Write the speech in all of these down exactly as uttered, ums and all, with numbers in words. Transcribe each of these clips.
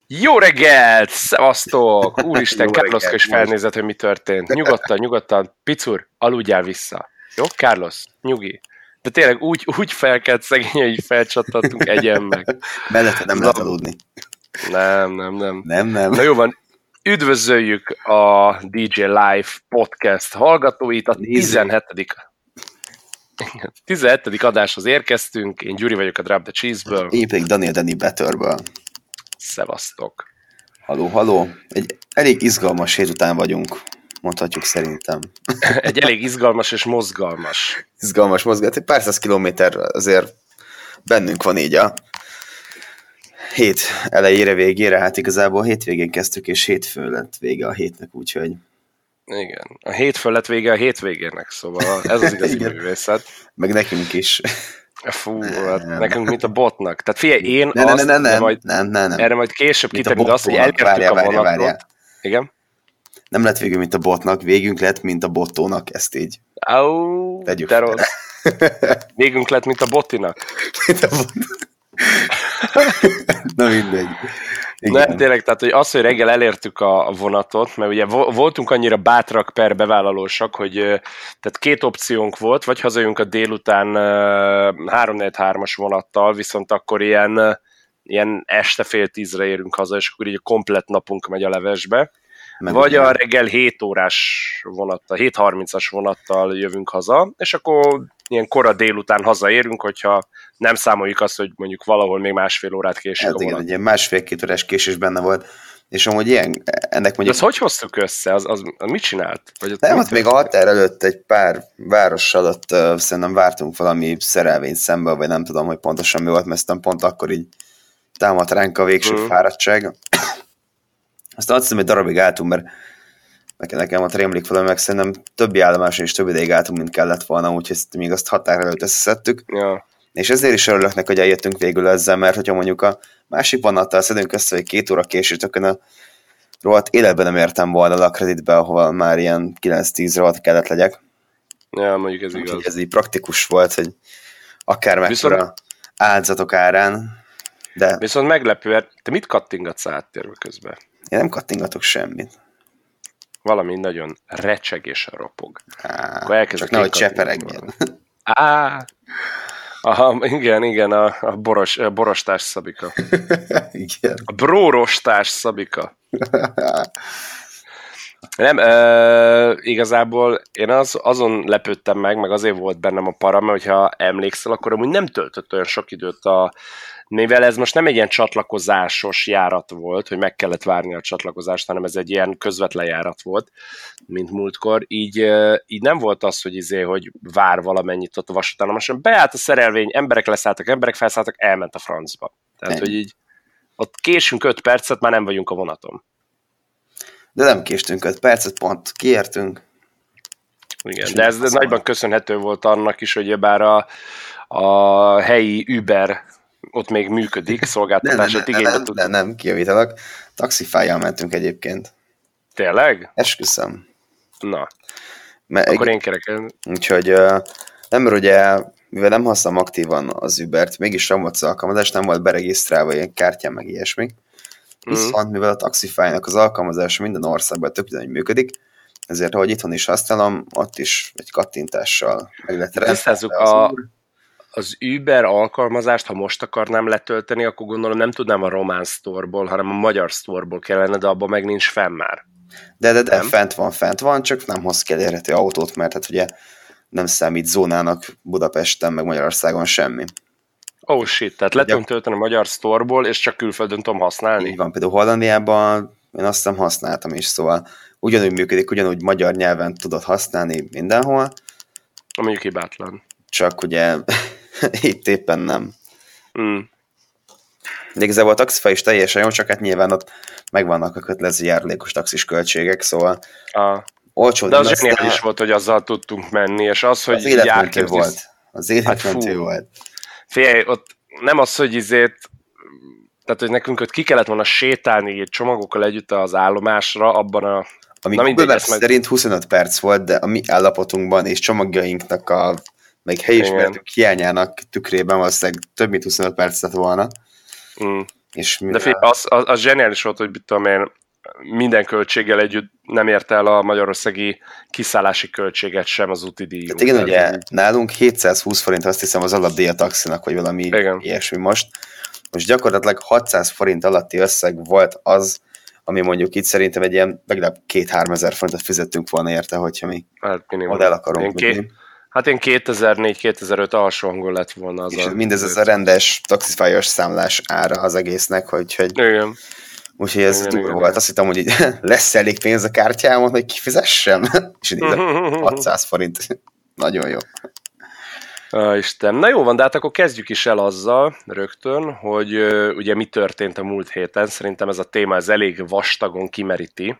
Jó reggelt! Szevasztok! Úristen, Carloska is felnézett, hogy mi történt. Nyugodtan, nyugodtan. Picur, aludjál vissza. Jó, Carlos? Nyugi. De tényleg úgy, úgy felkelt szegény, hogy felcsattantunk, egyen meg. Mellette nem lehet aludni. Nem, nem, nem. Nem, nem. Na jó van, üdvözöljük a dé dzsé Live podcast hallgatóit, a tizenhetedik tizenhetedik adáshoz érkeztünk. Én Gyuri vagyok a Drop the Cheese-ből. Én pedig Daniel Danny Betterből. Szevasztok. Haló, haló. Egy elég izgalmas hét után vagyunk, mondhatjuk szerintem. Egy elég izgalmas és mozgalmas. Izgalmas mozgat. Egy pár száz kilométer azért bennünk van így a hét elejére, végére. Hát igazából hétvégén kezdtük, és hétfő lett vége a hétnek, úgyhogy... Igen. A hétfő lett vége a hétvégének, szóval ez az igazi művészet. Meg nekünk is. Fú, hát nekünk mint a botnak. Tehát figyelj, én ne, azt, ne, ne, ne, majd, nem, nem, nem. erre majd később kiterül, de azt, hogy elértük a vonatot. Várjál. Igen? Nem lett végül, mint a botnak, végünk lett, mint a bottónak, ezt így. Au, tegyük de rossz. Végünk lett, mint a botinak. Mint a bot... Na mindegy. Nem, tényleg, tehát hogy az, hogy reggel elértük a vonatot, mert ugye voltunk annyira bátrak per bevállalósak, hogy tehát két opciónk volt, vagy hazajönk a délután három négy hármas vonattal, viszont akkor ilyen, ilyen este fél tízre érünk haza, és akkor így a komplett napunk megy a levesbe. Meg vagy ugye a reggel hét órás vonattal, hét harmincas vonattal jövünk haza, és akkor ilyen kora délután hazaérünk, hogyha nem számoljuk azt, hogy mondjuk valahol még másfél órát késik hát a vonat. Igen, egy másfél-két órás késés benne volt, és amúgy ilyen, ennek mondjuk... De azt hogy hoztuk össze? Az, az, az mit csinált? Vagy nem, ott még a határ előtt egy pár várossal ott uh, szerintem vártunk valami szerelvényt szembe, vagy nem tudom, hogy pontosan mi volt, mert aztán pont akkor így támadt ránk a végső hmm. fáradtság. Aztán azt hiszem, hogy darabig álltunk, mert nekem, nekem ott rémlik valami, meg szerintem többi állomáson is több ideig álltunk, mint kellett volna, úgyhogy még azt határ előtt összeszedtük. Ja. És ezért is örülök neki, hogy eljöttünk végül ezzel, mert hogyha mondjuk a másik vonattal szedünk össze, hogy két óra későt, akkor a rohadt életben nem értem volna a kreditbe, ahol már ilyen kilenc-tíz rohadt kellett legyek. Ja, mondjuk ez igaz. Úgyhogy ez így praktikus volt, hogy akár mekkora áldozatok árán. De... Viszont meglepően, te mit kattingatsz áttérve közben? Én nem kattingatok semmit. Valami nagyon recseg és ropog. Á, csak nehogy cseperegjen. Á, aha, igen, igen, a, a, boros, a borostás Szabika. Igen. A brórostás Szabika. Nem, e, igazából én az, azon lepődtem meg, meg azért volt bennem a para, mert hogyha emlékszel, akkor amúgy nem töltött olyan sok időt a mivel ez most nem egy ilyen csatlakozásos járat volt, hogy meg kellett várni a csatlakozást, hanem ez egy ilyen közvetlen járat volt, mint múltkor, így, így nem volt az, hogy, izé, hogy vár valamennyit ott a vasútállomáson, beállt a szerelvény, emberek leszálltak, emberek felszálltak, elment a francba. Tehát, nem. Hogy így ott késünk öt percet, már nem vagyunk a vonaton. De nem késtünk öt percet, pont kiértünk. Igen, de ez nagyban köszönhető volt annak is, hogy bár a, a helyi Uber ott még működik, szolgáltatását igénybe nem, tudtuk. Nem, nem, kijavítalak. Taxify-jal mentünk egyébként. Tényleg? Esküszöm. Na, Mert akkor én kerekem. Úgyhogy nem, mert ugye, mivel nem használom aktívan az Ubert, mégis nem volt az alkalmazás, nem volt beregisztrálva ilyen kártyán, meg ilyesmi. Viszont, mm. mivel a Taxify-nak az alkalmazása minden országban több időn működik, ezért, ahogy itthon is használom, ott is egy kattintással meg lehet rendszerni. A... Az Uber alkalmazást, ha most akarnám letölteni, akkor gondolom nem tudnám a román store-ból, hanem a magyar store-ból kellene, de abban meg nincs fenn már. De, de, de fent van, fent van, csak nem hoz ki elérhető autót, mert hát ugye nem számít zónának Budapesten, meg Magyarországon semmi. Oh shit, tehát le tudom tölteni a magyar store-ból, és csak külföldön tudom használni? Így van, például Hollandiában én azt hiszem használtam is, szóval ugyanúgy működik, ugyanúgy magyar nyelven tudod használni mindenhol. Mondjuk hibátlan. Csak ugye itt éppen nem. Mm. De igazából a Taxify is teljesen jó, csak hát nyilván ott megvannak a kötelező járulékos taxis költségek, szóval ah. olcsó. De az zseniális de... volt, hogy azzal tudtunk menni, és az, hogy az életmentő volt. Az életmentő hát, volt. Figyelj, ott nem az, hogy izét, tehát, hogy nekünk ott ki kellett volna sétálni csomagokkal együtt az állomásra, abban a... Ami Google Maps meg... szerint huszonöt perc volt, de a mi állapotunkban és csomagjainknak a meg helyismertük hiányának tükrében valószínűleg több mint huszonöt perc lett volna. Mm. És De figyelj, az, az, az zseniális volt, hogy tudom én, minden költséggel együtt nem ért el a magyarországi kiszállási költséget sem az úti díjunk. Tehát igen, ugye így... nálunk hétszázhúsz forint, azt hiszem, az alapdíj a taxinak, vagy valami igen. ilyesmi most. Most gyakorlatilag hatszáz forint alatti összeg volt az, ami mondjuk itt szerintem egy ilyen legalább két-három ezer forintot fizettünk volna érte, hogyha mi hát oda el akarunk ké... Hát én kétezer-négy kétezer-öt alsó hangol lett volna az. És a... mindez az a rendes taxifájos számlás ára az egésznek, hogy... hogy... Igen. Úgyhogy ez igen, durva volt. Azt hittem, hogy így lesz elég pénz a kártyámon, hogy kifizessem. És így hatszáz forint. Nagyon jó. Ah, Isten. Na jó van, de hát akkor kezdjük is el azzal rögtön, hogy uh, ugye mi történt a múlt héten. Szerintem ez a téma ez elég vastagon kimeríti.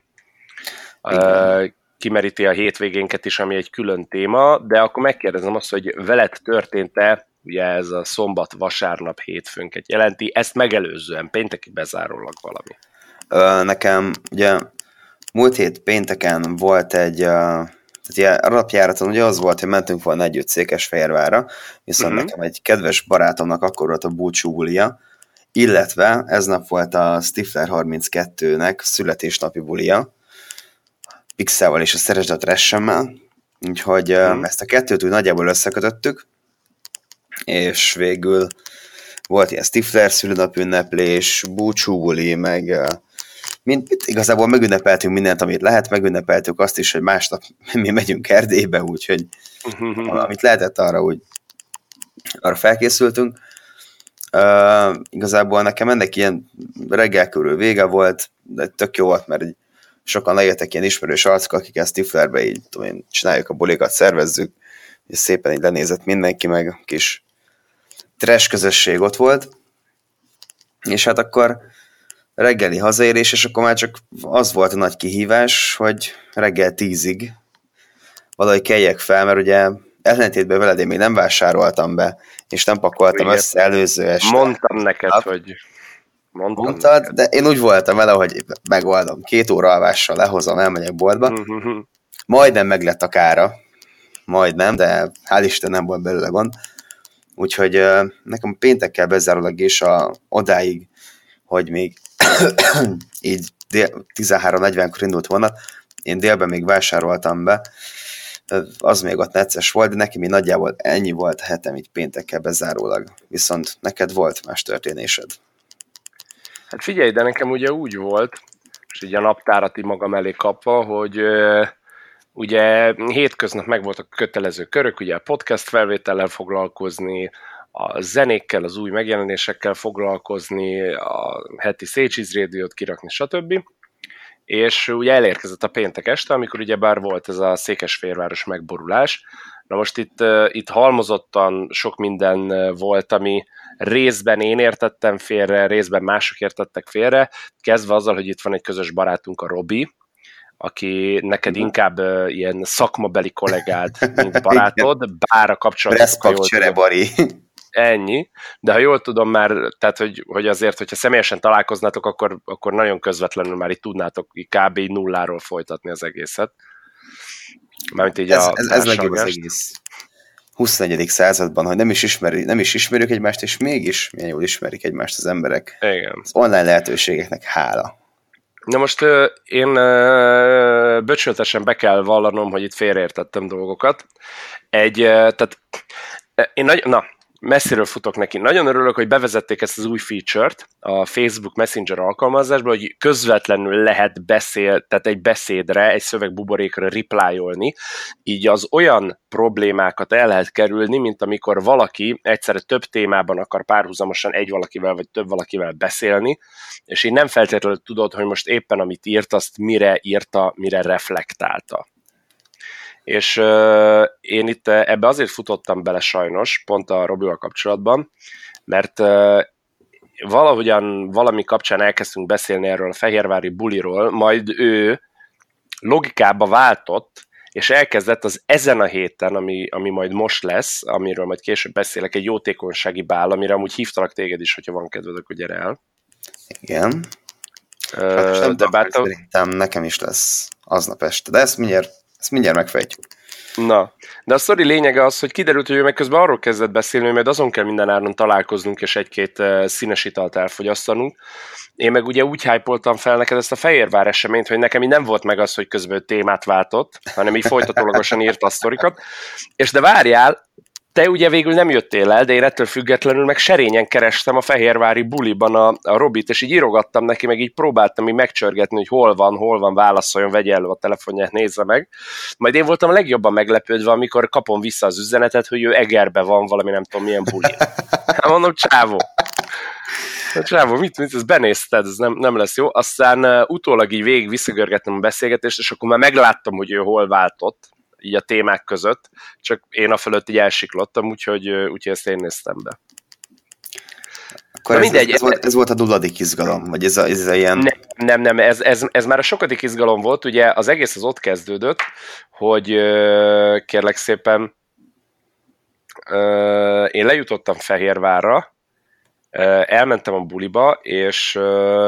Uh, kimeríti a hétvégénket is, ami egy külön téma, de akkor megkérdezem azt, hogy veled történt-e, ugye ez a szombat, vasárnap, hétfőnket jelenti, ezt megelőzően, pénteki bezárólag valami? Ö, nekem ugye múlt hét pénteken volt egy tehát alapjáraton ugye az volt, hogy mentünk volna együtt Székesfehérvárra, viszont uh-huh. nekem egy kedves barátomnak akkor volt a búcsú bulia, illetve ez nap volt a Stifler harminckettőnek születésnapi bulia, Pixával és a Szeresd a Tressemmel, úgyhogy uh-huh. ezt a kettőt úgy nagyjából összekötöttük, és végül volt ilyen Stifler szülőnapünneplés, búcsú buli, meg mind, igazából megünnepeltünk mindent, amit lehet, megünnepeltük azt is, hogy másnap mi megyünk Erdélybe, úgyhogy amit lehetett, arra úgy arra felkészültünk. Uh, igazából nekem ennek ilyen reggel körül vége volt, de tök jó volt, mert sokan lejöttek ilyen ismerős arcok, akik ezt Stiflerbe így tudom én, csináljuk a bulikat, szervezzük, és szépen így lenézett mindenki, meg kis trash közösség ott volt, és hát akkor reggeli hazaérés, és akkor már csak az volt a nagy kihívás, hogy reggel tízig valahogy keljek fel, mert ugye ellentétben veled én még nem vásároltam be, és nem pakoltam igen. össze előző este. Mondtam neked, hát, hogy... Mondtam Mondtad, neked. De én úgy voltam vele, hogy megoldom. Két óra alvással lehozom, elmegyek boltba. Uh-huh. Majdnem meglett a kára. Majdnem, de hál' Isten nem volt belőle gond. Úgyhogy uh, nekem péntekkel bezárólag és a, odáig, hogy még így tizenhárom negyvenkor indult volna, én délben még vásároltam be, az még ott necces volt, de neki még nagyjából ennyi volt a hetem így péntekkel bezárólag. Viszont neked volt más történésed. Hát figyelj, de nekem ugye úgy volt, és így a naptárat így magam elé kapva, hogy uh, ugye hétköznap meg voltak a kötelező körök, ugye a podcast felvétellel foglalkozni, a zenékkel, az új megjelenésekkel foglalkozni, a heti Széchenyi rádiót kirakni, stb. És ugye elérkezett a péntek este, amikor ugye bár volt ez a székesfehérváros megborulás. Na most itt, itt halmozottan sok minden volt, ami részben én értettem félre, részben mások értettek félre, kezdve azzal, hogy itt van egy közös barátunk, a Robi, aki neked inkább uh, ilyen szakmabeli kollégád, mint barátod, bár a kapcsolatok... Bari. Ennyi, de ha jól tudom már, tehát hogy, hogy azért, hogyha személyesen találkoznátok, akkor, akkor nagyon közvetlenül már itt tudnátok kb. Nulláról folytatni az egészet. Mármint így ez, a ez, ez legjobb az egész huszonegyedik században, hogy nem is, ismeri, nem is ismerjük egymást, és mégis milyen jól ismerik egymást az emberek. Igen. Az online lehetőségeknek hála. Na most én böcsöltesen be kell vallanom, hogy itt félreértettem dolgokat. Egy, tehát én nagy, na, messziről futok neki. Nagyon örülök, hogy bevezették ezt az új feature-t a Facebook Messenger alkalmazásba, hogy közvetlenül lehet beszél, tehát egy beszédre, egy szövegbuborékra replyolni, így az olyan problémákat el lehet kerülni, mint amikor valaki egyszerre több témában akar párhuzamosan egy valakivel, vagy több valakivel beszélni, és így nem feltétlenül tudod, hogy most éppen amit írt, azt mire írta, mire reflektálta. És uh, én itt ebbe azért futottam bele sajnos, pont a Robival kapcsolatban, mert uh, valahogyan valami kapcsán elkezdtünk beszélni erről a fehérvári buliról, majd ő logikába váltott, és elkezdett az ezen a héten, ami, ami majd most lesz, amiről majd később beszélek, egy jótékonysági bál, amire amúgy hívtalak téged is, hogyha van kedved, akkor gyere el. Igen. Uh, nem de bár szerintem nekem is lesz aznap este, de ezt mindjárt Ezt mindjárt megfejtjük. Na, de a sztori lényege az, hogy kiderült, hogy ő meg közben arról kezdett beszélni, hogy majd azon kell minden áron találkoznunk, és egy-két uh, színes italt elfogyasztanunk. Én meg ugye úgy hype-oltam fel neked ezt a Fehérvár eseményt, hogy nekem így nem volt meg az, hogy közben témát váltott, hanem így folytatólagosan írt a sztorikat. És de várjál, te ugye végül nem jöttél el, de én ettől függetlenül meg serényen kerestem a fehérvári buliban a, a Robit, és így írogattam neki, meg így próbáltam így megcsörgetni, hogy hol van, hol van, válaszoljon, vegye elő a telefonját, nézze meg. Majd én voltam a legjobban meglepődve, amikor kapom vissza az üzenetet, hogy ő Egerbe van valami nem tudom milyen buli. Hát mondom, csávó. Csávó, mit, mit, ezt benézted, ez nem, nem lesz jó. Aztán uh, utólag így végig visszagörgettem a beszélgetést, és akkor már megláttam, hogy ő hol váltott, így a témák között, csak én a fölött így elsiklottam, úgyhogy, úgyhogy ezt én néztem be. Akkor ez, mindegy, ez, volt, ez volt a nulladik izgalom, vagy ez a, ez a ilyen... Nem, nem, nem ez, ez, ez már a sokadik izgalom volt, ugye az egész az ott kezdődött, hogy kérlek szépen én lejutottam Fehérvárra, elmentem a buliba, és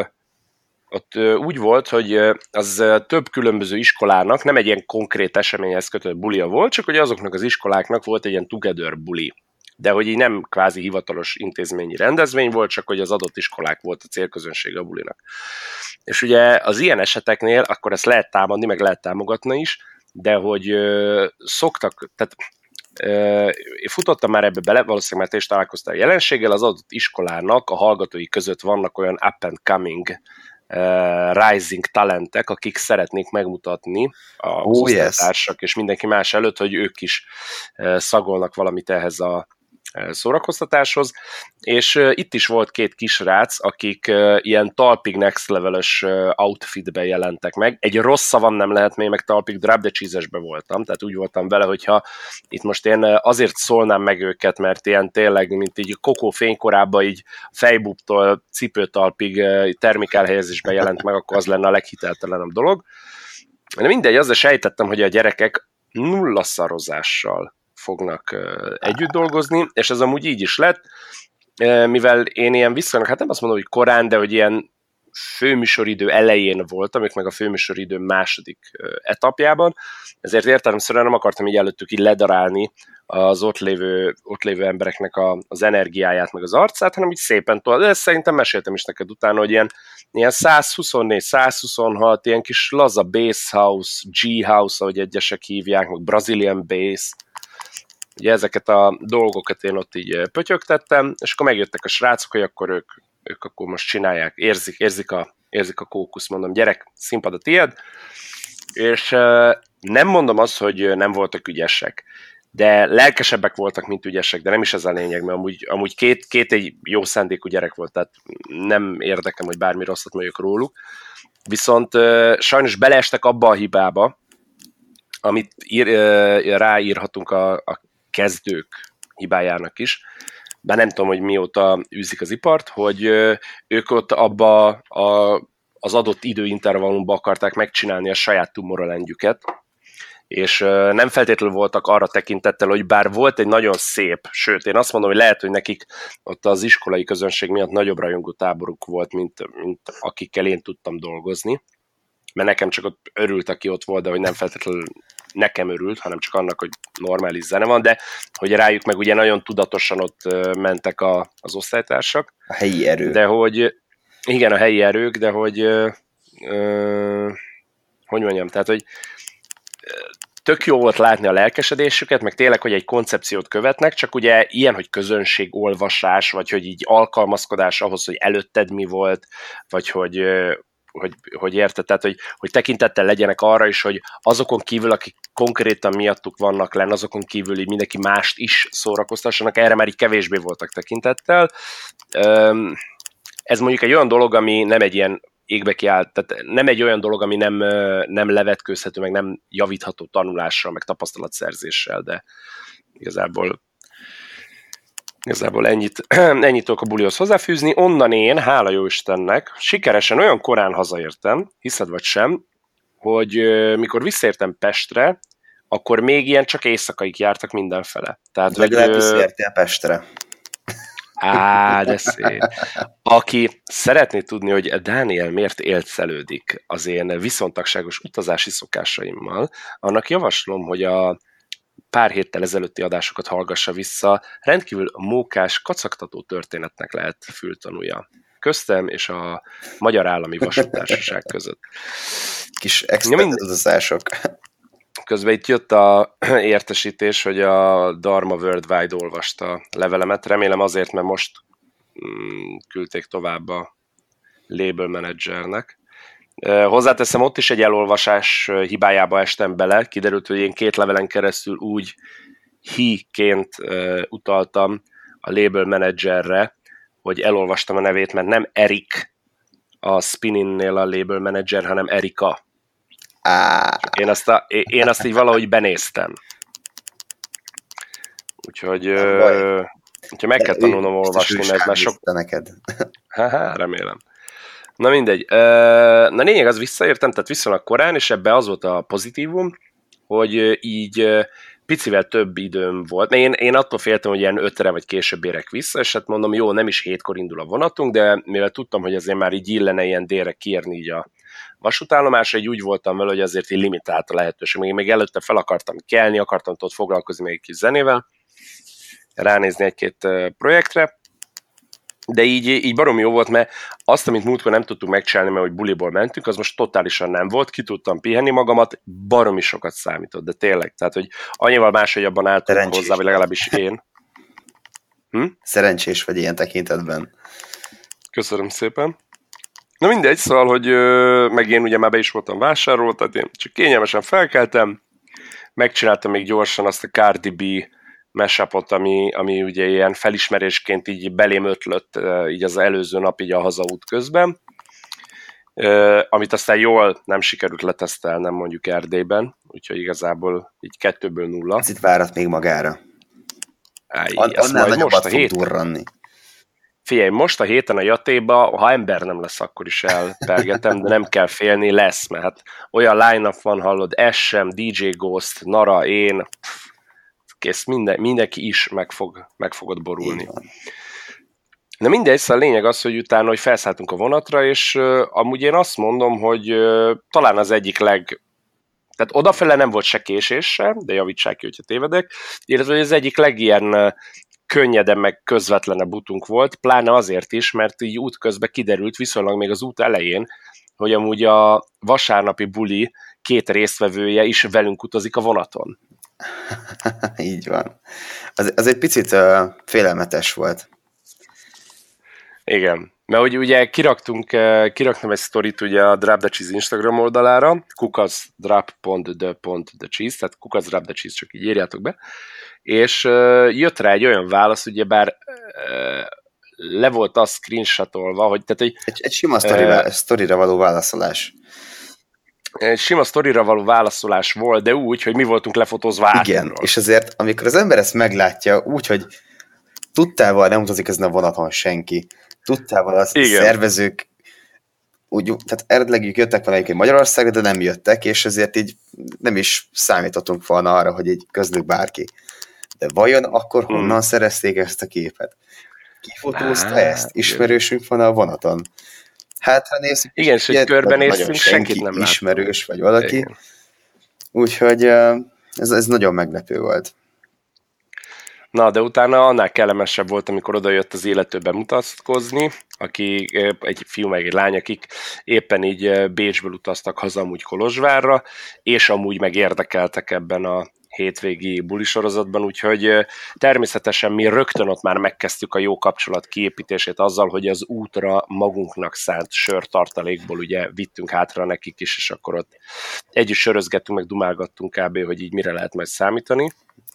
ott úgy volt, hogy az több különböző iskolának, nem egy ilyen konkrét eseményhez kötött bulia volt, csak hogy azoknak az iskoláknak volt egy ilyen together buli. De hogy így nem kvázi hivatalos intézményi rendezvény volt, csak hogy az adott iskolák volt a célközönsége a bulinak. És ugye az ilyen eseteknél akkor ezt lehet támadni, meg lehet támogatni is, de hogy ö, szoktak, tehát ö, én futottam már ebbe bele, valószínűleg már te is találkoztál a jelenséggel, az adott iskolának a hallgatói között vannak olyan up and coming Uh, rising talentek, akik szeretnék megmutatni az oh, osztálytársak yes. és mindenki más előtt, hogy ők is uh, szagolnak valamit ehhez a uh, szórakoztatáshoz, és uh, itt is volt két kisrác, akik uh, ilyen talpig next level-ös uh, outfitben jelentek meg. Egy rossz szavam nem lehet még, meg talpig drop de cheese-esben voltam, tehát úgy voltam vele, hogyha itt most én uh, azért szólnám meg őket, mert ilyen tényleg, mint így Kokó fénykorában így fejbubtól cipőtalpig uh, termékelhelyezésben jelent meg, akkor az lenne a leghiteltelenebb dolog. De mindegy, azzal sejtettem, hogy a gyerekek nulla szarozással fognak uh, együtt dolgozni, és ez amúgy így is lett, uh, mivel én ilyen viszonylag, hát nem azt mondom, hogy korán, de hogy ilyen főműsoridő elején voltam, ők meg a főműsoridő második uh, etapjában, ezért értelemszerűen nem akartam így előttük így ledarálni az ott lévő, ott lévő embereknek a, az energiáját, meg az arcát, hanem így szépen tovább. De ezt szerintem meséltem is neked utána, hogy ilyen, ilyen száz huszonnégy száz huszonhat, ilyen kis laza bass house, G-house, ahogy egyesek hívják, meg Brazilian bass. Ugye ezeket a dolgokat én ott így pötyögtettem, és akkor megjöttek a srácok, hogy akkor ők, ők akkor most csinálják, érzik, érzik a, érzik a kókusz, mondom, gyerek, színpad a tiéd, és nem mondom azt, hogy nem voltak ügyesek, de lelkesebbek voltak, mint ügyesek, de nem is ez a lényeg, mert amúgy, amúgy két, két egy jó szándékú gyerek volt, tehát nem érdekem, hogy bármi rosszat mondjuk róluk. Viszont uh, sajnos beleestek abba a hibába, amit ír, uh, ráírhatunk a, a kezdők hibájának is, de nem tudom, hogy mióta űzik az ipart, hogy uh, ők ott abba a, az adott időintervallumban akarták megcsinálni a saját Tomorrowlandjüket, és nem feltétlenül voltak arra tekintettel, hogy bár volt egy nagyon szép, sőt, én azt mondom, hogy lehet, hogy nekik ott az iskolai közönség miatt nagyobb rajongó táboruk volt, mint, mint akikkel én tudtam dolgozni, mert nekem csak ott örült, aki ott volt, de hogy nem feltétlenül nekem örült, hanem csak annak, hogy normális zene van, de hogy rájuk meg ugye nagyon tudatosan ott mentek a, az osztálytársak. A helyi erő. De hogy, igen, a helyi erők, de hogy ö, ö, hogy mondjam, tehát, hogy tök jó volt látni a lelkesedésüket, meg tényleg, hogy egy koncepciót követnek, csak ugye ilyen, hogy közönségolvasás, vagy hogy így alkalmazkodás ahhoz, hogy előtted mi volt, vagy hogy, hogy, hogy érted, tehát, hogy, hogy tekintettel legyenek arra is, hogy azokon kívül, akik konkrétan miattuk vannak lenn, azokon kívül így mindenki mást is szórakoztassanak, erre már így kevésbé voltak tekintettel. Ez mondjuk egy olyan dolog, ami nem egy ilyen égbe kiállt, tehát nem egy olyan dolog, ami nem, nem levetkőzhető, meg nem javítható tanulással, meg tapasztalatszerzéssel, de igazából, igazából ennyit, ennyit tudok a bulihoz hozzáfűzni. Onnan én, hála jó Istennek, sikeresen olyan korán hazaértem, hiszed vagy sem, hogy mikor visszaértem Pestre, akkor még ilyen csak éjszakaik jártak mindenfele. Tehát, legalább visszaértél Pestre. Á, de szép. Aki szeretné tudni, hogy Dániel miért élcelődik az én viszontagságos utazási szokásaimmal, annak javaslom, hogy a pár héttel ezelőtti adásokat hallgassa vissza, rendkívül mókás, kacagtató történetnek lehet fültanúja. Köztem és a Magyar Állami Vasúttársaság között. Kis extra adozások. Közben itt jött a értesítés, hogy a Dharma Worldwide olvasta a levelemet. Remélem azért, mert most mm, küldték tovább a label managernek. Hozzáteszem, ott is egy elolvasás hibájába estem bele. Kiderült, hogy én két levelen keresztül úgy he-ként utaltam a label managerre, hogy elolvastam a nevét, mert nem Erik a Spinning-nél a label manager, hanem Erika. Én azt, a, én azt így valahogy benéztem. Úgyhogy, ö, úgyhogy meg kell tanulnom olvasni, mert már sok... neked. Haha, remélem. Na mindegy. Na lényeg az visszaértem, tehát viszonylag korán, és ebbe az volt a pozitívum, hogy így picivel több időm volt. Én, én attól féltem, hogy ilyen ötre vagy később érek vissza, és hát mondom, jó, nem is hétkor indul a vonatunk, de mivel tudtam, hogy azért már így illene ilyen délre kiérni így a vasútállomásra, így úgy voltam vele, hogy azért így limitált a lehetőség. Még, még előtte fel akartam kelni, akartam ott foglalkozni még egy kis zenével, ránézni egy-két projektre, de így, így baromi jó volt, mert azt, amit múltkor nem tudtuk megcsinálni, mert hogy buliból mentünk, az most totálisan nem volt, ki tudtam pihenni magamat, baromi sokat számított, de tényleg, tehát, hogy annyival máshogy abban álltunk hozzá, vagy legalábbis én. Hm? Szerencsés vagy ilyen tekintetben. Köszönöm szépen. Na mindegy, szóval, hogy ö, meg én ugye már be is voltam vásárolva, tehát én csak kényelmesen felkeltem, megcsináltam még gyorsan azt a Cardi B mashupot, ami, ami ugye ilyen felismerésként így belém ötlött így az előző nap így a hazaút közben, uh, amit aztán jól nem sikerült letesztelnem mondjuk Erdélyben, úgyhogy igazából így kettőből nulla. Ez itt várat még magára. Áj, An- annál nagyobbat fog durranni. Figyelj, most a héten a Jatéba, ha ember nem lesz, akkor is elpergetem, de nem kell félni, lesz, mert hát olyan line-up van, hallod, es em, dé dzsé Ghost, Nara, én, pff, kész, minden, mindenki is meg, fog, meg fogod borulni. Na mindegy, szóval a lényeg az, hogy utána, hogy felszálltunk a vonatra, és uh, amúgy én azt mondom, hogy uh, talán az egyik leg... Tehát odafele nem volt se késés sem, de javítsák ki, hogyha tévedek, illetve az egyik legilyen uh, könnyedebb, meg közvetlenebb utunk volt, pláne azért is, mert így útközben kiderült viszonylag még az út elején, hogy amúgy a vasárnapi buli két résztvevője is velünk utazik a vonaton. Így van. Az, az egy picit uh, félelmetes volt. Igen, mert hogy ugye kiraktunk, kiraktam egy sztorit ugye a Drop the Cheese Instagram oldalára, kukaszdrop pont the pont the cheese, tehát kukaszdrop the cheese, csak így írjátok be, és uh, jött rá egy olyan válasz, ugye bár uh, le volt az screenshotolva, hogy... Tehát, hogy egy, egy sima sztorira, uh, sztorira való válaszolás. Egy sima sztorira való válaszolás volt, de úgy, hogy mi voltunk lefotózva átról. Igen, és azért, amikor az ember ezt meglátja, úgy, hogy tudtával nem utazik ezen a vonaton senki, tudtával az igen. Szervezők, úgy, tehát eredetileg jöttek valamelyiként Magyarországra, de nem jöttek, és ezért így nem is számítottunk volna arra, hogy így közlük bárki. De vajon akkor honnan hmm. szerezték ezt a képet? Ki fotózta ah, ezt? Ismerősünk van a vonaton? Hát, ha nézzük, igen, és hogy körbenéztünk, senkit nem ismerős, vagy valaki. Igen. Úgyhogy ez, ez nagyon meglepő volt. Na, de utána annál kellemesebb volt, amikor odajött az illető bemutatkozni, aki egy fiú meg egy lány, akik éppen így Bécsből utaztak haza amúgy Kolozsvárra, és amúgy meg érdekeltek ebben a hétvégi bulisorozatban, úgyhogy természetesen mi rögtön ott már megkezdtük a jó kapcsolat kiépítését azzal, hogy az útra magunknak szánt sörtartalékból ugye vittünk hátra nekik is, és akkor ott együtt sörözgettünk, meg dumálgattunk kb., hogy így mire lehet majd számítani.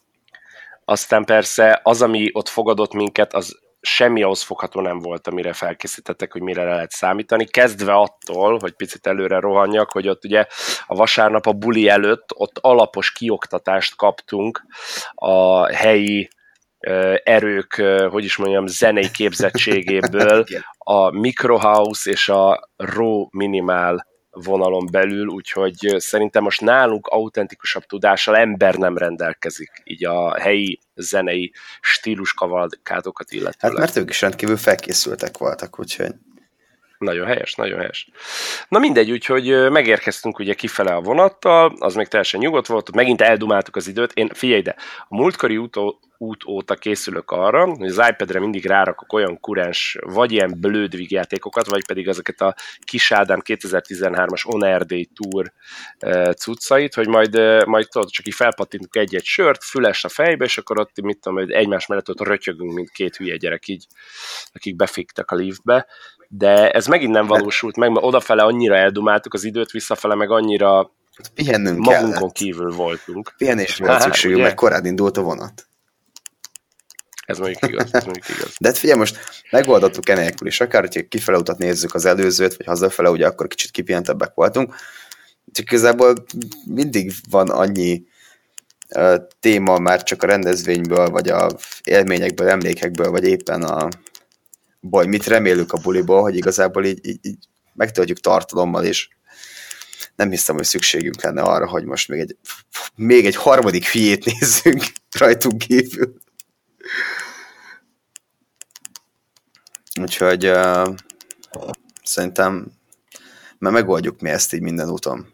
Aztán persze az, ami ott fogadott minket, az semmi ahhoz fogható nem volt, amire felkészítettek, hogy mire lehet számítani. Kezdve attól, hogy picit előre rohanjak, hogy ott ugye a vasárnap a buli előtt ott alapos kioktatást kaptunk a helyi erők, hogy is mondjam, zenei képzettségéből a Microhouse és a Raw Minimal vonalon belül, úgyhogy szerintem most nálunk autentikusabb tudással ember nem rendelkezik, így a helyi zenei stílus kavalkádokat illetőleg. Hát mert ők is rendkívül felkészültek voltak, úgyhogy... Nagyon helyes, nagyon helyes. Na mindegy, úgyhogy megérkeztünk ugye kifele a vonattal, az még teljesen nyugodt volt, megint eldumáltuk az időt. Én figyelj ide, a múltkori út, út óta készülök arra, hogy az iPad-re mindig rárakok olyan kurens, vagy ilyen blödvig játékokat, vagy pedig ezeket a kis Ádám kétezer-tizenhármas On Air Day Tour cuccait, hogy majd, majd tudod, csak így felpattintunk egy-egy sört, füles a fejbe, és akkor ott, mit tudom, hogy egymás mellett ott rötyögünk, mint két hülye gyerek így, akik befiktek a liftbe. De ez megint nem valósult meg, mert odafele annyira eldumáltuk az időt, visszafele meg annyira Pihennünk magunkon kellett. kívül voltunk. Pihenésre volt szükségünk, mert korán indult a vonat. Ez mondjuk igaz, ez mondjuk igaz. De hát figyelj, most megoldottuk enélkül is, akár hogyha kifele utat nézzük az előzőt, vagy hazafele, ugye akkor kicsit kipihentebbek voltunk. Csak igazából mindig van annyi uh, téma már csak a rendezvényből, vagy a élményekből, emlékekből, vagy éppen a baj, mit remélünk a buliból, hogy igazából így, így, így megtöltjük tartalommal, és nem hiszem, hogy szükségünk lenne arra, hogy most még egy, még egy harmadik hülyét nézzünk rajtunk kívül. Úgyhogy uh, szerintem mert megoldjuk mi ezt így minden úton.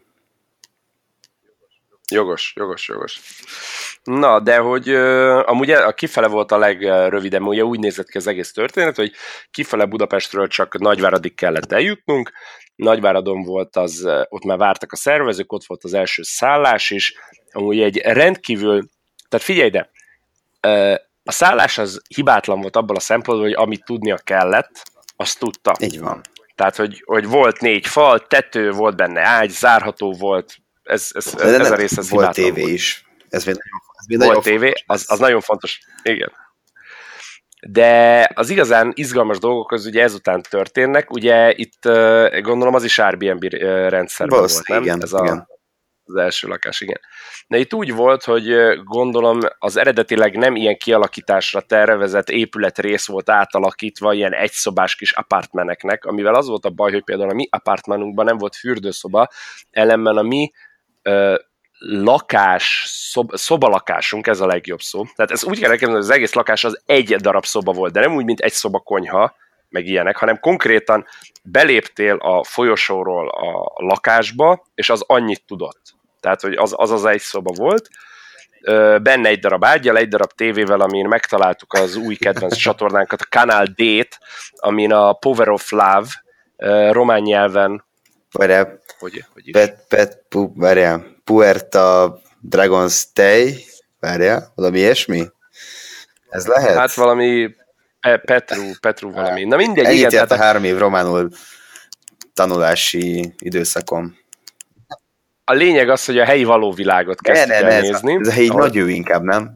Jogos, jogos, jogos. Na, de hogy uh, amúgy a kifele volt a legrövidebb, ugye úgy nézett ki az egész történet, hogy kifele Budapestről csak Nagyváradig kellett eljutnunk, Nagyváradon volt az, ott már vártak a szervezők, ott volt az első szállás is, amúgy egy rendkívül, tehát figyelj ide, uh, a szállás az hibátlan volt abban a szempontból, hogy amit tudnia kellett, azt tudta. Így van. Tehát, hogy, hogy volt négy fal, tető, volt benne ágy, zárható volt, ez, ez, ez, ez a rész az volt hibátlan tévé volt. is. Ez még, ez még Volt tévé, az, az nagyon fontos. Igen. De az igazán izgalmas dolgok az ugye ezután történnek, ugye itt gondolom az is Airbnb rendszerben volt, nem? Igen, ez a, igen. az első lakás, igen. De itt úgy volt, hogy gondolom az eredetileg nem ilyen kialakításra tervezett épületrész volt átalakítva ilyen egyszobás kis apartmeneknek, amivel az volt a baj, hogy például a mi apartmanunkban nem volt fürdőszoba, ellenben a mi ö, lakás, szob, szobalakásunk, ez a legjobb szó. Tehát ez úgy kell elképzelni, hogy az egész lakás az egy darab szoba volt, de nem úgy, mint egy szoba konyha, meg ilyenek, hanem konkrétan beléptél a folyosóról a lakásba, és az annyit tudott. Tehát, hogy az az, az egy szoba volt, benne egy darab ággyal, egy darab tévével, amin megtaláltuk az új kedvenc csatornánkat, a Kanál D-t, amin a Power of Love román nyelven Várjál, hogy, hogy pet, pet, pu, várjál, Puerta Dragon's Day, várjál, valami ilyesmi? Ez lehet? Hát valami Petru, Petru valami. Na mindegy, Ennyit igen. járt a Tehát három év románul tanulási időszakom. a lényeg az, hogy a helyi valóvilágot kezdtük ne, ne, el ne, nézni. Ez a helyi ahol... nagyő inkább, nem?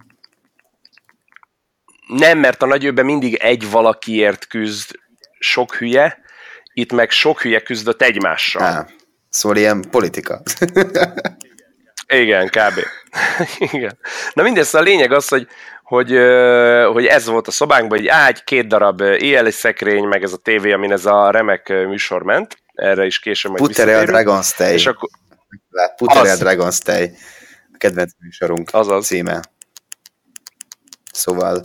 Nem, mert a nagyőben mindig egy valakiért küzd sok hülye, itt meg sok hülye küzdött egymással. Á, szóval ilyen politika. Igen, kb. Igen. Na mindez, a lényeg az, hogy, hogy, hogy ez volt a szobánkban, egy ágy, két darab éjjeli szekrény, meg ez a tévé, amin ez a remek műsor ment. Erre is később majd Puterel Dragon's Day. És akkor... Puterel Dragon's Day. A kedvenc műsorunk Azaz. címe. Szóval...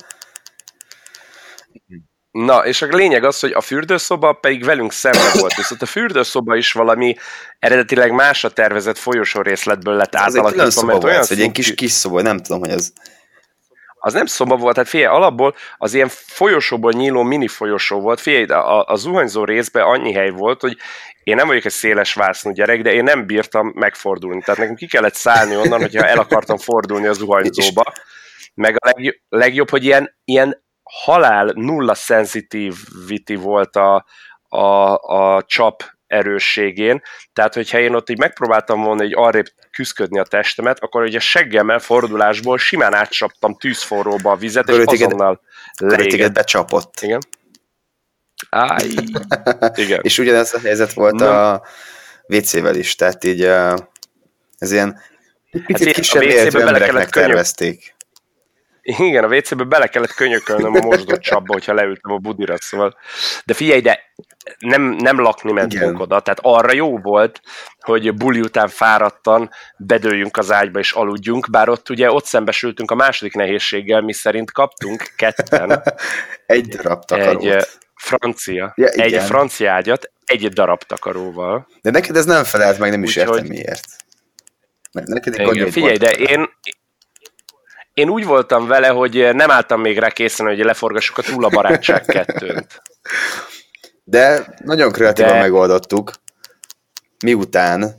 Na, és a lényeg az, hogy a fürdőszoba pedig velünk szemben volt, viszont a fürdőszoba is valami eredetileg másra tervezett folyosó részletből lett átalakítva, mert olyan szintű... egy kis kis szoba, nem tudom, hogy az... Az nem szoba volt, hát figyelj, alapból az ilyen folyosóból nyíló mini folyosó volt, figyelj, a, a zuhanyzó részben annyi hely volt, hogy én nem vagyok egy széles vásznú gyerek, de én nem bírtam megfordulni, tehát nekem ki kellett szállni onnan, hogyha el akartam fordulni a zuhanyzóba, meg a legjobb, legjobb hogy ilyen, ilyen halál nulla sensitivity volt a, a, a csap erősségén, tehát hogyha én ott így megpróbáltam volna így arrébb küszködni a testemet, akkor ugye seggemmel fordulásból simán átcsaptam tűzforróba a vizet, és azonnal leégett. becsapott. Igen. Áj. Igen. És ugyanez a helyzet volt Na. a vé cével is, tehát így ez ilyen picit hát kisebb értő embereknek tervezték. Igen, a vé cébe bele kellett könyökölnöm a mosdott csapba, hogyha leültem a budira, szóval. De figyelj, de nem, nem lakni mentünk oda, tehát arra jó volt, hogy buli után fáradtan bedőljünk az ágyba és aludjunk, bár ott ugye ott szembesültünk a második nehézséggel, mi szerint kaptunk ketten. egy darab takarót. Egy francia. Ja, egy francia ágyat, egy darab takaróval. De neked ez nem felelt meg, nem is úgy, értem hogy... miért. Mert neked igen, figyelj, de én, én úgy voltam vele, hogy nem álltam még rá készen, hogy leforgassuk a Túl a barátság kettőt. De nagyon kreatívan de... megoldottuk. Miután...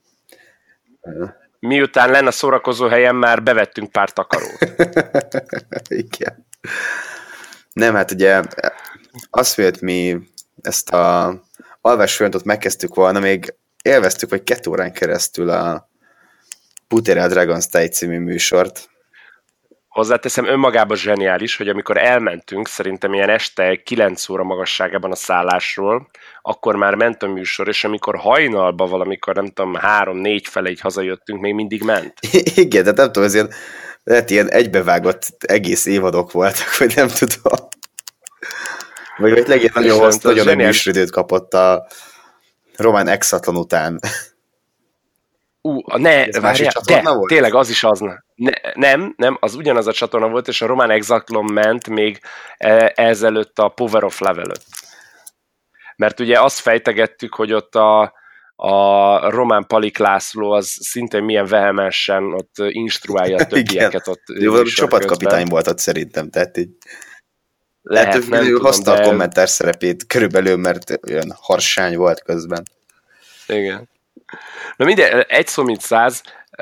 Miután lenne a szórakozó helyen, már bevettünk pár takarót. Igen. Nem, hát ugye azt, hogy mi ezt a alvás folyamatot megkezdtük volna, még élveztük, vagy két órán keresztül a Putere a Dragon's Tide című műsort. Hozzáteszem, önmagában zseniális, hogy amikor elmentünk, szerintem ilyen este kilenc óra magasságában a szállásról, akkor már ment a műsor, és amikor hajnalban valamikor, nem tudom, három-négy fele így hazajöttünk, még mindig ment. Igen, de nem tudom, azért lehet ilyen egybevágott egész évadok voltak, vagy nem tudom. Vagy hogy legyen nagyon hosszú, nagyon nagy műsoridőt kapott a Román Exatlon után. Ú, uh, ne, várjál, de, volt? Tényleg az is az. Ne, nem, nem, az ugyanaz a csatorna volt, és a Román Exatlon ment még e, ezelőtt a Power of Love előtt. Mert ugye azt fejtegettük, hogy ott a, a Román Palik László az szintén milyen vehemensen ott instruálja a többieket ott. Jó, valami csapatkapitány volt ott szerintem, tehát így lehet, hogy ő hozta de... a kommentár szerepét körülbelül, mert olyan harsány volt közben. Igen. Na minden, egy szó mint száz,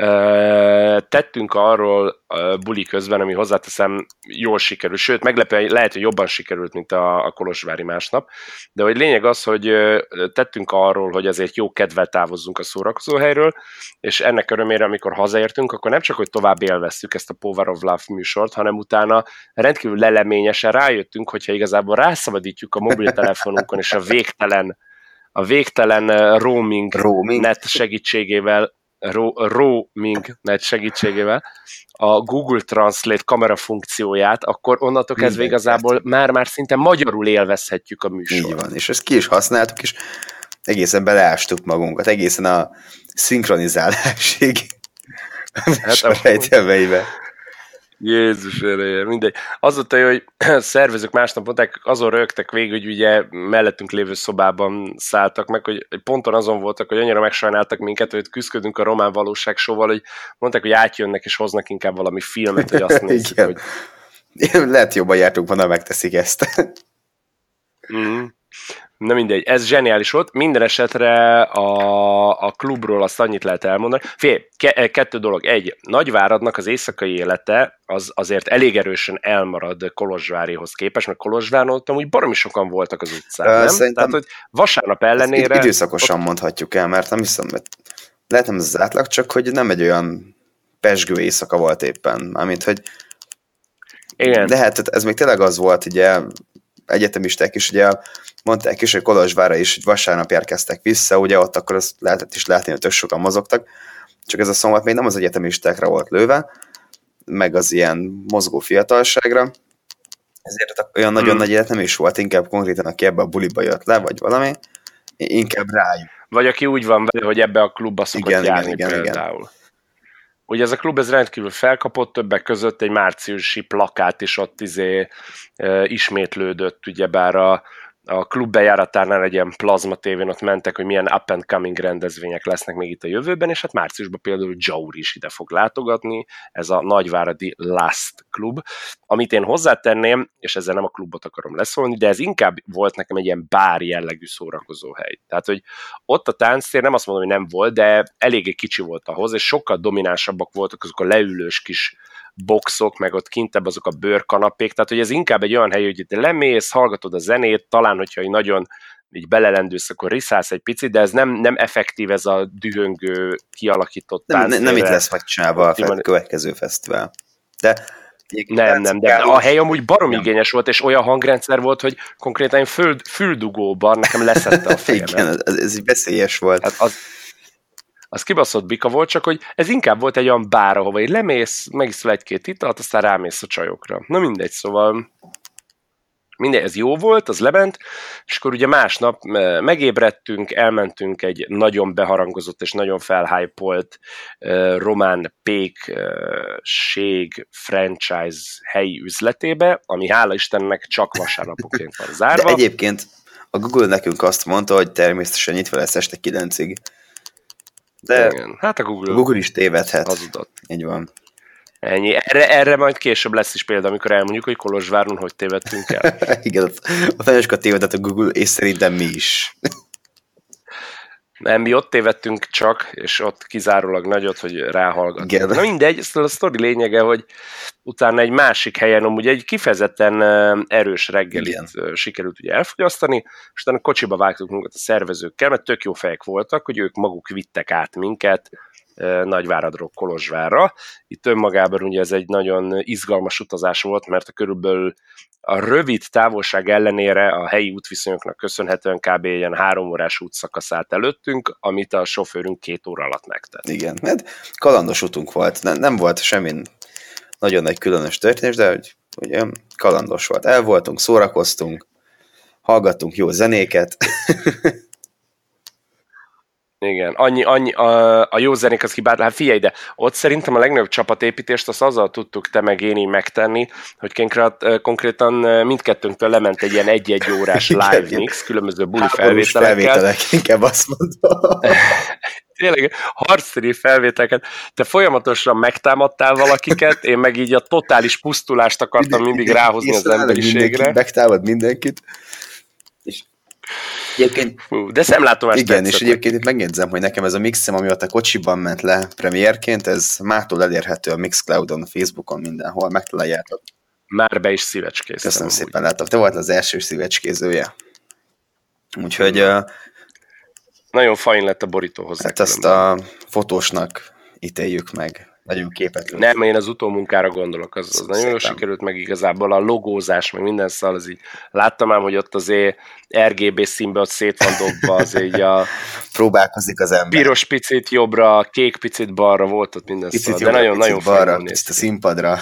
tettünk arról buli közben, ami hozzáteszem jól sikerült, sőt meglepően lehet, hogy jobban sikerült, mint a, a kolozsvári másnap, de hogy lényeg az, hogy tettünk arról, hogy azért jó kedvel távozzunk a szórakozóhelyről, és ennek örömére, amikor hazaértünk, akkor nem csak, hogy tovább élveztük ezt a Power of Love műsort, hanem utána rendkívül leleményesen rájöttünk, hogyha igazából rászabadítjuk a mobiltelefonunkon és a végtelen a végtelen roaming, roaming. net segítségével, ro, roaming net segítségével a Google Translate kamera funkcióját, akkor onnantól kezdve igazából már-már szinte magyarul élvezhetjük a műsort. Így van, és ezt ki is használtuk, és egészen beleástuk magunkat, egészen a szinkronizálásig hát a rejtelmeibe. Jézus ereje, mindegy. Az ott, hogy szervezők másnap mondták, azon rögtek végig, hogy ugye mellettünk lévő szobában szálltak meg, hogy ponton azon voltak, hogy annyira megsajnáltak minket, hogy küzdködünk a román valóság showval, hogy mondták, hogy átjönnek és hoznak inkább valami filmet, hogy azt nézzük, hogy... Lehet jobban jártunk, ha megteszik ezt. Mm. Na mindegy, ez zseniális volt. Minden esetre a, a klubról azt annyit lehet elmondani. Fél, ke- kettő dolog. Egy, Nagyváradnak az éjszakai élete az azért elég erősen elmarad Kolozsvárihoz képest, mert Kolozsváron ott amúgy baromi sokan voltak az utcán, nem? Szerintem tehát, hogy vasárnap ellenére... Időszakosan ott... mondhatjuk el, mert nem hiszem, hogy lehet nem ez az átlag, csak hogy nem egy olyan pezsgő éjszaka volt éppen. Mármint, hogy igen. De hát ez még tényleg az volt, ugye egyetemisták is ugye mondták is, hogy Kolozsvárra is vasárnap érkeztek vissza, ugye ott akkor azt lehetett is látni, hogy tök sokan mozogtak, csak ez a szombat még nem az egyetemistákra volt lőve, meg az ilyen mozgó fiatalságra, ezért olyan nagyon hmm. nagy élet nem is volt, inkább konkrétan aki ebbe a buliba jött le, vagy valami, inkább rájuk. Vagy aki úgy van vele, hogy ebbe a klubba szokott igen, járni igen, például. Igen. Ugye ez a klub ez rendkívül felkapott, többek között egy márciusi plakát is ott izé e, ismétlődött, ugyebár a, a klub bejáratánál egy ilyen plazma tévén ott mentek, hogy milyen up and coming rendezvények lesznek még itt a jövőben, és hát márciusban például Jauri is ide fog látogatni, ez a nagyváradi Last klub, amit én hozzátenném, és ezzel nem a klubot akarom leszólni, de ez inkább volt nekem egy ilyen bár jellegű szórakozóhely. Tehát, hogy ott a tánctér nem azt mondom, hogy nem volt, de eléggé kicsi volt ahhoz, és sokkal dominánsabbak voltak azok a leülős kis boxok, meg ott kintebb azok a bőrkanapék, tehát hogy ez inkább egy olyan hely, hogy te lemész, hallgatod a zenét, talán, hogyha így nagyon így belelendülsz, akkor riszálsz egy picit, de ez nem, nem effektív ez a dühöngő, kialakított nem, nem, nem itt lesz megcsinálva a következő fesztivál. De nem, nem, de a hely amúgy barom nem. igényes volt, és olyan hangrendszer volt, hogy konkrétan föld, füldugóban nekem leszette a fejemet. Igen, ez, ez így veszélyes volt. Hát az, az kibaszott bika volt, csak hogy ez inkább volt egy olyan bár, ahova így lemész, megiszol egy-két italt, aztán rámész a csajokra. Na mindegy, szóval Mindegy, ez jó volt, az lement, és akkor ugye másnap megébredtünk, elmentünk egy nagyon beharangozott és nagyon felhypolt uh, román pékség franchise helyi üzletébe, ami hála Istennek csak vasárnapoként van zárva. De egyébként a Google nekünk azt mondta, hogy természetesen nyitva lesz este kilencig. De igen, hát a Google, a Google is tévedhet. Hazudott. Így van. Ennyi. Erre, erre majd később lesz is példa, amikor elmondjuk, hogy Kolozsváron hogy tévedtünk el. Igen, a Tanyoska tévedett a Google, és szerintem mi is. Nem, mi ott tévedtünk csak, és ott kizárólag nagyot, hogy ráhallgatunk. Na mindegy, ez a sztori lényege, hogy utána egy másik helyen amúgy egy kifejezetten erős reggelit igen. sikerült ugye elfogyasztani, és utána kocsiba vágtuk minket a szervezőkkel, mert tök jó fejek voltak, hogy ők maguk vittek át minket Nagyváradról Kolozsvárra. Itt önmagában ugye ez egy nagyon izgalmas utazás volt, mert a körülbelül a rövid távolság ellenére a helyi útviszonyoknak köszönhetően kb. Ilyen három órás útszakasz állt előttünk, amit a sofőrünk két óra alatt megtett. Igen, mert kalandos utunk volt, nem, nem volt semmi nagyon nagy különös történés, de hogy, ugye, kalandos volt. El voltunk, szórakoztunk, hallgattunk jó zenéket. Igen, annyi, annyi a, a jó zenék az hibát, hát figyelj, de ott szerintem a legnagyobb csapatépítést azt azzal tudtuk te meg én így megtenni, hogy konkrét, konkrétan mindkettőnktől lement egy ilyen egy-egy órás live igen, mix, különböző buli felvételekkel. felvételek, inkább azt mondom. Tényleg, harcszerű felvételeket. Te folyamatosan megtámadtál valakiket, én meg így a totális pusztulást akartam mindig ráhozni az emberiségre. Megtámad mindenkit. És egyébként, Fú, de szemlátomást igen, tetszett. És egyébként itt megjegyzem, hogy nekem ez a mixem, ami ott a kocsiban ment le premierként, ez mától elérhető a Mixcloudon, Facebookon, mindenhol, megtaláljátok. Már be is szívecskéztem. Köszönöm szépen, látok. Te volt az első szívecskézője. Úgyhogy... Uh, nagyon fajn lett a borító hozzá. Hát ezt a fotósnak ítéljük meg. Nagyon képetlen. Nem, én az utómunkára gondolok, az, az nagyon jól sikerült, meg igazából a logózás, meg minden szal, az így láttam ám, hogy ott azért er gé bé színben ott szét van dobva, az így a próbálkozik az ember. Piros picit jobbra, kék picit balra volt ott minden szal, de nagyon, nagyon balra, picit a színpadra.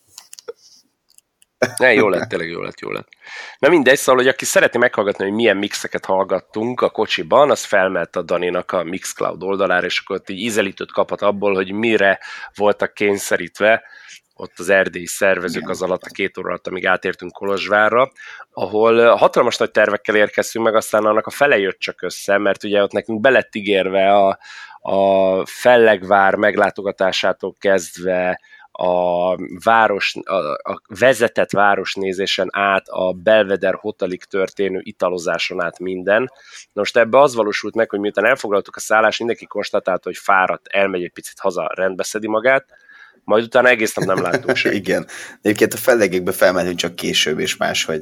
Ne, jó lett, tényleg jó lett, jó lett. Na mindegy, szóval, hogy aki szeretné meghallgatni, hogy milyen mixeket hallgattunk a kocsiban, az felmelt a Daninak a Mixcloud oldalára, és akkor ott így ízelítőt kaphat abból, hogy mire voltak kényszerítve ott az erdélyi szervezők igen. Az alatt a két óra alatt, amíg átértünk Kolozsvárra, ahol hatalmas nagy tervekkel érkeztünk meg, aztán annak a fele jött csak össze, mert ugye ott nekünk be lett ígérve a, a Fellegvár meglátogatásától kezdve a, város, a, a vezetett városnézésen át a Belvedere Hotelig történő italozáson át minden. Na most ebbe az valósult meg, hogy miután elfoglaltuk a szállást, mindenki konstatálta, hogy fáradt, elmegy egy picit haza, rendbe szedi magát, majd utána egész nap nem láttunk semmit. Igen. Egyébként a fellegekbe felmentünk csak később és máshogy.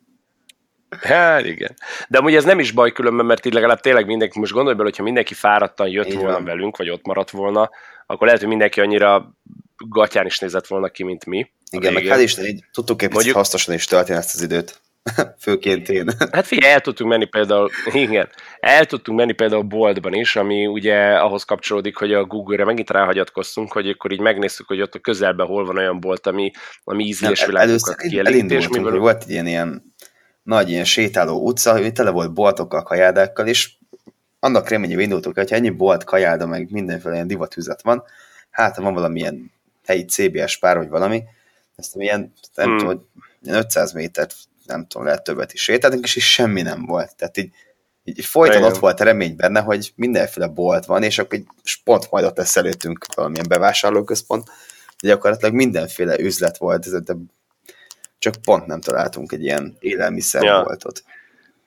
Hát igen. De amúgy ez nem is baj különben, mert így legalább tényleg mindenki, most gondolj bele, hogyha mindenki fáradtan jött így volna van. Velünk, vagy ott maradt volna, akkor lehet, hogy mindenki annyira gatyán is nézett volna ki, mint mi. Igen, meg hát Isten, így tudtuk egy picit hasznosan is tölteni ezt az időt. Főként én. Hát figyelj, el tudtunk menni például, igen, el tudtunk menni például boltban is, ami ugye ahhoz kapcsolódik, hogy a Google-re megint ráhagyatkoztunk, hogy akkor így megnéztük, hogy ott a közelben hol van olyan bolt, ami, ami ízlésvilágokat kielégít. És miből... hogy volt egy ilyen, ilyen nagy ilyen sétáló utca, hogy tele volt boltokkal, kajádákkal, és annak reményében indultunk, hogy ha ennyi bolt, kajáda, meg mindenféle ilyen divatüzet van, hát van valamilyen helyi cé bé es pár, vagy valami, ezt ilyen, nem hmm. tudom, hogy ötszáz métert, nem tudom, lehet többet is sétáltunk, és is semmi nem volt. Tehát így, így folyton ott volt a remény benne, hogy mindenféle bolt van, és akkor így pont majd ott lesz előttünk valamilyen bevásárlóközpont, de gyakorlatilag mindenféle üzlet volt, de csak pont nem találtunk egy ilyen élelmiszerboltot. Ja.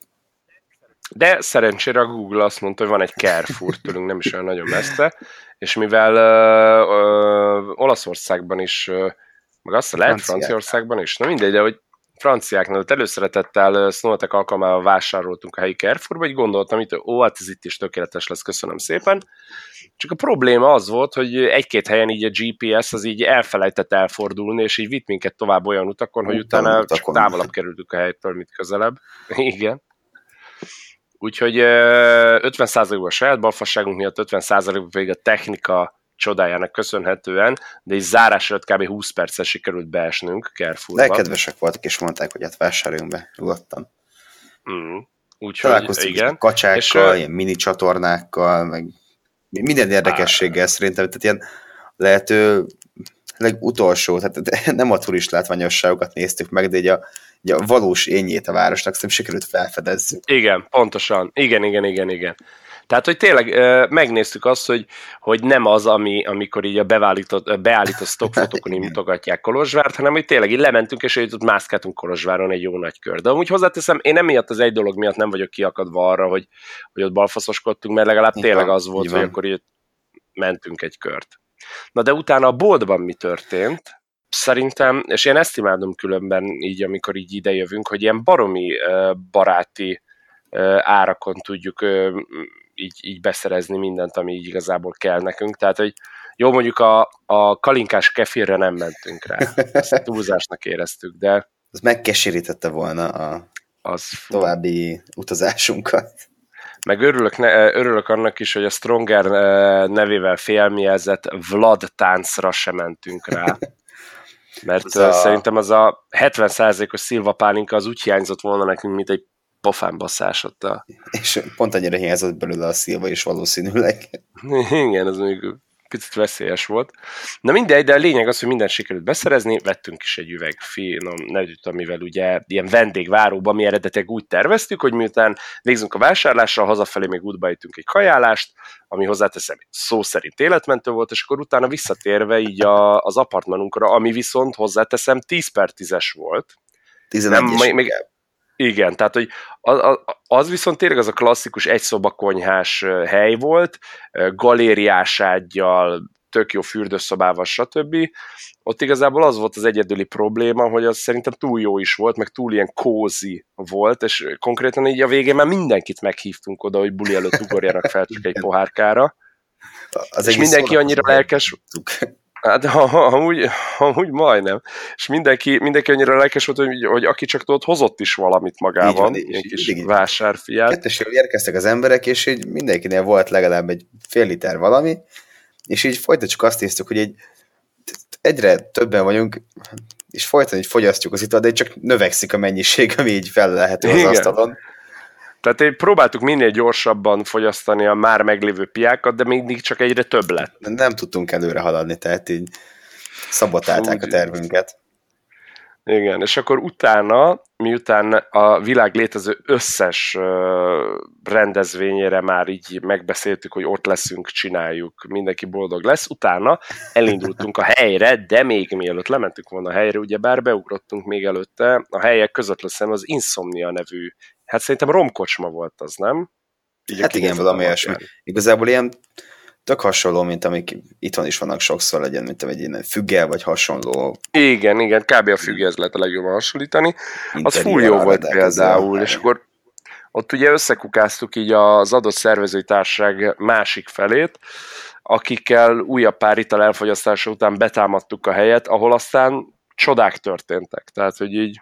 De szerencsére a Google azt mondta, hogy van egy Carrefour tőlünk, nem is olyan nagyon messze, és mivel ö, ö, Olaszországban is, ö, meg azt lehet Franciaországban is, na mindegy, de hogy franciáknál előszeretettel Snowtek alkalmával vásároltunk a helyi Carrefourba, így gondoltam, hogy ó, hát ez itt is tökéletes lesz, köszönöm szépen. Csak a probléma az volt, hogy egy-két helyen így a gé pé es az így elfelejtett elfordulni, és így vitt minket tovább olyan utakon, hogy utána utakon. Csak távolabb kerültük a helytől, mint közelebb. Igen. Úgyhogy ötven százalékban a saját balfasságunk miatt, ötven százalékban pedig a technika csodájának köszönhetően, de egy zárás előtt kb. húsz perccel sikerült beesnünk Carrefourba. De kedvesek voltak, és mondták, hogy hát vásároljunk be, nyugodtan. Mm. Úgyhogy találkoztunk igen. kacsákkal, és, ilyen mini csatornákkal, meg minden érdekességgel á, szerintem, tehát ilyen lehető legutolsó, tehát nem a turist látványosságokat néztük meg, de így a, így a valós ényét a városnak szerintem sikerült felfedezzük. Igen, pontosan. Igen, igen, igen, igen. Tehát, hogy tényleg megnéztük azt, hogy, hogy nem az, ami, amikor így a beállított, beállított stockfotókon így mutogatják Kolozsvárt, hanem hogy tényleg így lementünk, és így ott mászkáltunk Kolozsváron egy jó nagy kör. De amúgy hozzáteszem, én nem miatt az egy dolog miatt nem vagyok kiakadva arra, hogy, hogy ott balfaszoskodtunk, mert legalább tényleg az volt, hogy akkor így mentünk egy kört. Na de utána a boltban mi történt? Szerintem, és én ezt imádom különben így, amikor így idejövünk, hogy ilyen baromi baráti árakon tudjuk így, így beszerezni mindent, ami így igazából kell nekünk. Tehát, hogy jó, mondjuk a, a kalinkás kefirre nem mentünk rá. Ezt túlzásnak éreztük, de... Az megkeserítette volna a az további utazásunkat. Meg örülök, ne, örülök annak is, hogy a Stronger nevével félmjelzett Vlad táncra sem mentünk rá. Mert az a... szerintem az a hetven százalékos szilvapálinka az úgy hiányzott volna nekünk, mint egy pofánbasszás ott a... És pont annyira hiányzott belőle a szilva is valószínűleg. Igen, az még picit veszélyes volt. Na mindegy, de a lényeg az, hogy mindent sikerült beszerezni, vettünk is egy üveg finom, nem tudom mivel ugye, ilyen vendégváróba, mi eredetileg úgy terveztük, hogy miután végzünk a vásárlással, hazafelé még útba ejtünk egy kajálást, ami hozzáteszem szó szerint életmentő volt, és akkor utána visszatérve így a, az apartmanunkra, ami viszont hozzáteszem tíz per tízes volt. tizenegy még, igen, tehát hogy az, az viszont tényleg az a klasszikus egyszoba-konyhás hely volt, galériás ággyal, tök jó fürdőszobával, stb. Ott igazából az volt az egyedüli probléma, hogy az szerintem túl jó is volt, meg túl ilyen cozy volt, és konkrétan így a végén már mindenkit meghívtunk oda, hogy buli előtt ugorjanak fel csak egy pohárkára. Az és mindenki annyira lelkes... Hát amúgy, amúgy majdnem. És mindenki, mindenki annyira lelkes volt, hogy, hogy aki csak tudott, hozott is valamit magával, egy kis vásárfiát. Kettesről érkeztek az emberek, és így mindenkinél volt legalább egy fél liter valami, és így folyton csak azt néztük, hogy egy, egyre többen vagyunk, és folyton így fogyasztjuk az italt, de csak növekszik a mennyiség, ami így fellehető az asztalon. Tehát én próbáltuk minél gyorsabban fogyasztani a már meglévő piákat, de mindig csak egyre több lett. Nem tudtunk előre haladni, tehát így szabotálták Fú, a tervünket. Igen, és akkor utána, miután a világ létező összes rendezvényére már így megbeszéltük, hogy ott leszünk, csináljuk, mindenki boldog lesz, utána elindultunk a helyre, de még mielőtt lementünk volna a helyre, ugyebár beugrottunk még előtte, a helyek között leszem az Insomnia nevű, hát szerintem romkocsma volt az, nem? Így hát igen, valami olyasmi. Igazából ilyen tök hasonló, mint amik itthon is vannak sokszor, legyen, mint egy ilyen függel, vagy hasonló. Igen, igen, kb. A függhez lehet a legjobban hasonlítani. Az full jó volt például, és akkor ott ugye összekukáztuk így az adott szervezői társaság másik felét, akikkel újabb pár ital elfogyasztása után betámadtuk a helyet, ahol aztán csodák történtek. Tehát, hogy így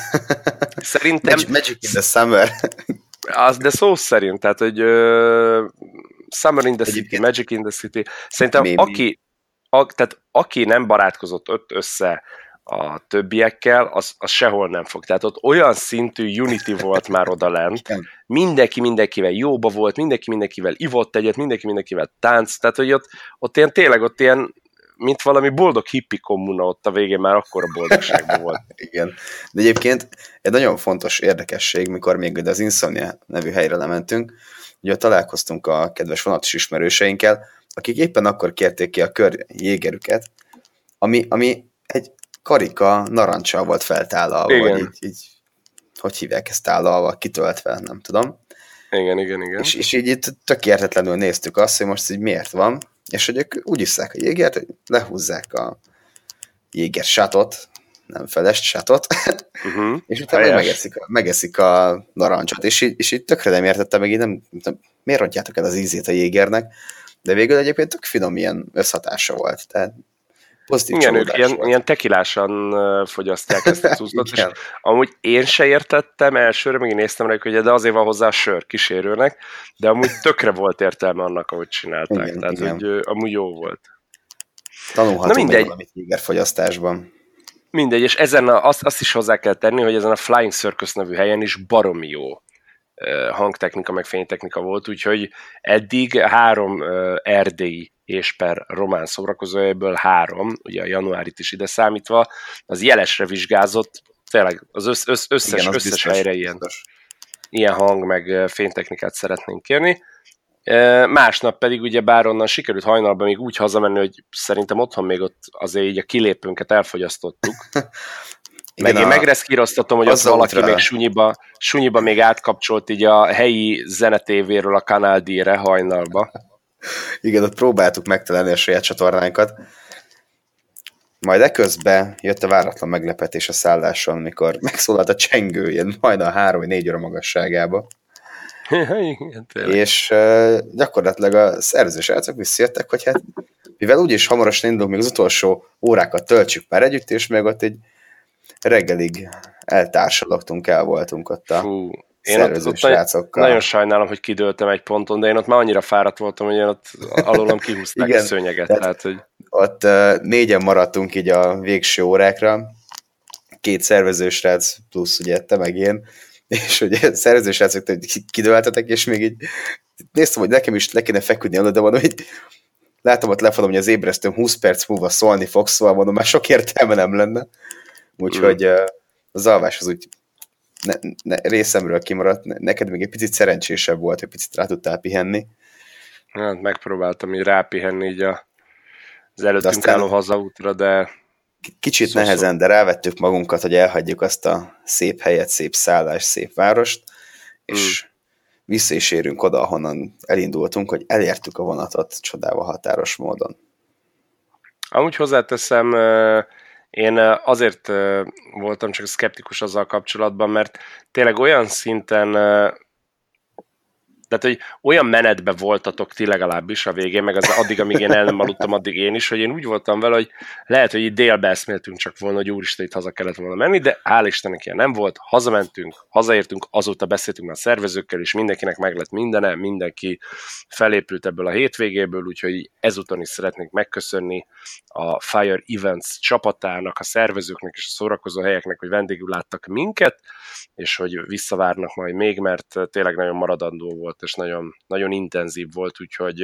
szerintem... Magic in the summer. Az, de szó szerint, tehát, hogy uh, Summer in the Egyébként City, Magic in the City. Szerintem aki, a, tehát aki nem barátkozott ott össze a többiekkel, az, az sehol nem fog. Tehát ott olyan szintű unity volt már oda lent. Mindenki mindenkivel jóba volt, mindenki mindenkivel ivott egyet, mindenki mindenkivel tánc. Tehát, hogy ott, ott ilyen tényleg ott ilyen mint valami boldog hippi kommuna ott a végén már akkora boldogságban volt. Igen. De egyébként egy nagyon fontos érdekesség, mikor még az Insomnia nevű helyre lementünk, ugye találkoztunk a kedves vonatos ismerőseinkkel, akik éppen akkor kérték ki a kör jégerüket, ami, ami egy karika narancsal volt feltállalva, vagy így, így, hogy hívják ezt állalva, kitöltve, nem tudom. Igen, igen, igen. És, és így itt tök értetlenül néztük azt, hogy most így miért van, és hogy ők úgy isszák a jégert, hogy lehúzzák a jéger sátot, nem felest sátot, uh-huh. és utána megeszik a, megeszik a narancsot, és így, és így tökre nem értettem, meg így nem, nem, miért rontjátok el az ízét a jégernek, de végül egyébként tök finom ilyen összhatása volt, tehát pozitív igen, ők ilyen, ilyen tekilásan fogyasztják ezt a cuccot, és amúgy én se értettem elsőre, még én néztem rá, hogy de azért van hozzá a sör kísérőnek, de amúgy tökre volt értelme annak, ahogy csinálták, igen, tehát igen. Hogy amúgy jó volt. Tanulhatunk még valamit jégerfogyasztásban. Mindegy, és ezen a, azt, azt is hozzá kell tenni, hogy ezen a Flying Circus nevű helyen is baromi jó hangtechnika, meg fénytechnika volt, úgyhogy eddig három erdélyi és per román szórakozóhelyből három, ugye a januárit is ide számítva, az jelesre vizsgázott, tényleg az össz, össz, összes, Igen, az összes biztos, helyre ilyen, ilyen hang, meg fénytechnikát szeretnénk kérni. Másnap pedig ugye bár onnan sikerült hajnalban még úgy hazamenni, hogy szerintem otthon még ott azért így a kilépőnket elfogyasztottuk. Igen, meg én megreszkíroztatom, hogy az valaki útra. még sunyiba, sunyiba még átkapcsolt így a helyi zenetévéről a Kanál D-re hajnalba. Igen, ott próbáltuk megtalálni a saját csatornánkat. Majd eközben jött a váratlan meglepetés a szálláson, amikor megszólalt a csengő, ilyen majdnem három vagy négy óra magasságába. Igen, és uh, gyakorlatilag a szervező srácok visszajöttek, hogy hát mivel úgyis hamarosan indulunk, még az utolsó órákat töltsük már együtt, és meg ott egy reggelig eltársalogtunk, el voltunk ott a Fú, szervező srácokkal. Nagyon sajnálom, hogy kidőltem egy ponton, de én ott már annyira fáradt voltam, hogy én ott alólam kihúzták Igen, a szőnyeget. Tehát tehát, hogy... Ott uh, négyen maradtunk így a végső órákra, két szervező srác plusz ugye te meg én, és ugye szervező srácok kidőltetek, és még így néztem, hogy nekem is le kéne feküdni alud, de mondom, hogy látom ott lefanom, hogy az ébresztőm húsz perc múlva szólni fog, szóval mondom, már sok értelme nem lenne. Úgyhogy mm. az alvás az úgy ne, ne, részemről kimaradt, neked még egy picit szerencsésebb volt, hogy picit rá tudtál pihenni. Hát megpróbáltam így rápihenni így a, az előttünk álló hazaútra, de... Kicsit szó nehezen, de rávettük magunkat, hogy elhagyjuk azt a szép helyet, szép szállás, szép várost, és mm. vissza is érünk oda, ahonnan elindultunk, hogy elértük a vonatot csodával határos módon. Amúgy hozzáteszem, én azért voltam csak szkeptikus azzal kapcsolatban, mert tényleg olyan szinten, tehát, hogy olyan menetben voltatok ti legalábbis a végén, meg az addig, amíg én el nem aludtam, addig én is, hogy én úgy voltam vele, hogy lehet, hogy itt délbe eszméltünk csak volna, hogy úristen, itt haza kellett volna menni, de hál' Istennek ilyen nem volt, hazamentünk, hazaértünk, azóta beszéltünk már a szervezőkkel, és mindenkinek meg lett mindene, mindenki felépült ebből a hétvégéből, úgyhogy ezúton is szeretnék megköszönni a Fire Events csapatának, a szervezőknek és a szórakozó helyeknek, hogy vendégül láttak minket, és hogy visszavárnak majd még, mert tényleg nagyon maradandó volt, és nagyon, nagyon intenzív volt, úgyhogy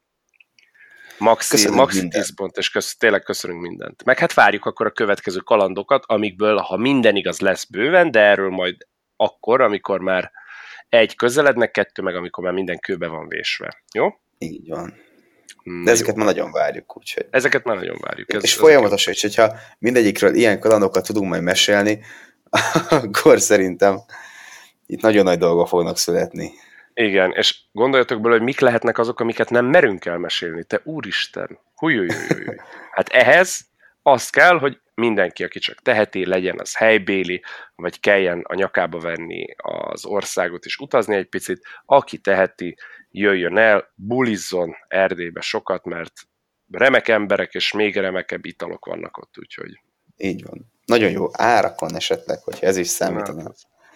maxi, maxi tíz pont, és kösz, tényleg köszönünk mindent. Meg hát várjuk akkor a következő kalandokat, amikből, ha minden igaz, lesz bőven, de erről majd akkor, amikor már egy közelednek, kettő meg amikor már minden kőbe van vésve. Jó? Így van. De ezeket jó. már nagyon várjuk, úgyhogy. Ezeket már nagyon várjuk. Ez, és folyamatosan is, hogyha mindegyikről ilyen kalandokat tudunk majd mesélni, akkor szerintem itt nagyon nagy dolgok fognak születni. Igen, és gondoljatok bele, hogy mik lehetnek azok, amiket nem merünk elmesélni. Te úristen! Hújjújjújjúj! Hát ehhez az kell, hogy mindenki, aki csak teheti, legyen az helybéli, vagy kelljen a nyakába venni az országot és utazni egy picit, aki teheti, jöjjön el, bulizzon Erdélybe sokat, mert remek emberek és még remekebb italok vannak ott, úgyhogy... Így van. Nagyon jó árakon esetleg, hogyha ez is számítana.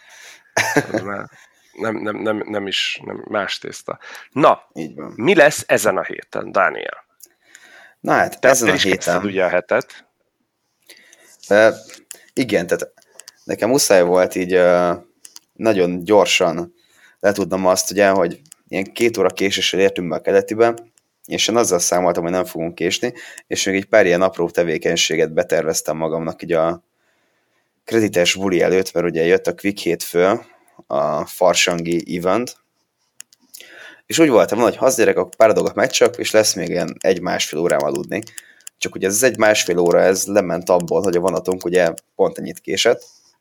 Nem, nem, nem, nem, nem is, nem más tészta. Na, így van. Mi lesz ezen a héten, Dániel? Na hát, Te ezen a héten... ugye a hetet? Uh, igen, tehát nekem muszáj volt így uh, nagyon gyorsan letudnom azt, ugye, hogy ilyen két óra késéssel értünk be a keletibe, és én azzal számoltam, hogy nem fogunk késni, és még egy pár ilyen apró tevékenységet beterveztem magamnak így a kredites buli előtt, mert ugye jött a Quick hétfő, a Farsangi event, és úgy voltam, hogy hazgyerek, akkor pár dolgot megcsak, és lesz még ilyen egy-másfél órám aludni. Csak ugye ez egy-másfél óra, ez lement abból, hogy a vonatunk ugye pont ennyit késett.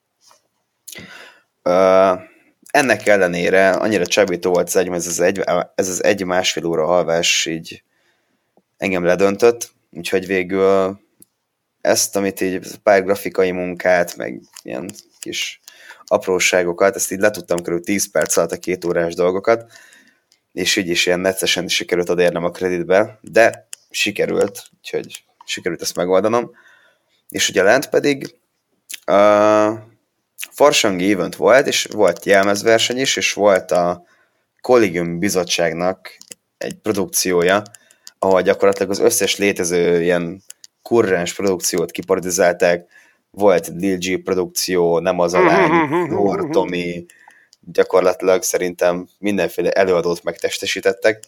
Uh, ennek ellenére annyira csábító volt ez, egy, ez az egy, ez az egy-másfél óra alvás így engem ledöntött, úgyhogy végül ezt, amit így pár grafikai munkát, meg ilyen kis apróságokat, ezt így letudtam körül tíz perc alatt a két órás dolgokat, és így is ilyen neccesen sikerült odaérnem a kreditbe, de sikerült, úgyhogy sikerült ezt megoldanom. És ugye lent pedig a Farsangi event volt, és volt jelmezverseny is, és volt a Collegium bizottságnak egy produkciója, ahol gyakorlatilag az összes létező ilyen kurrens produkciót kiparodizálták, volt Lil G produkció, Nem az a lány, Nor, Tomi, gyakorlatilag szerintem mindenféle előadót megtestesítettek,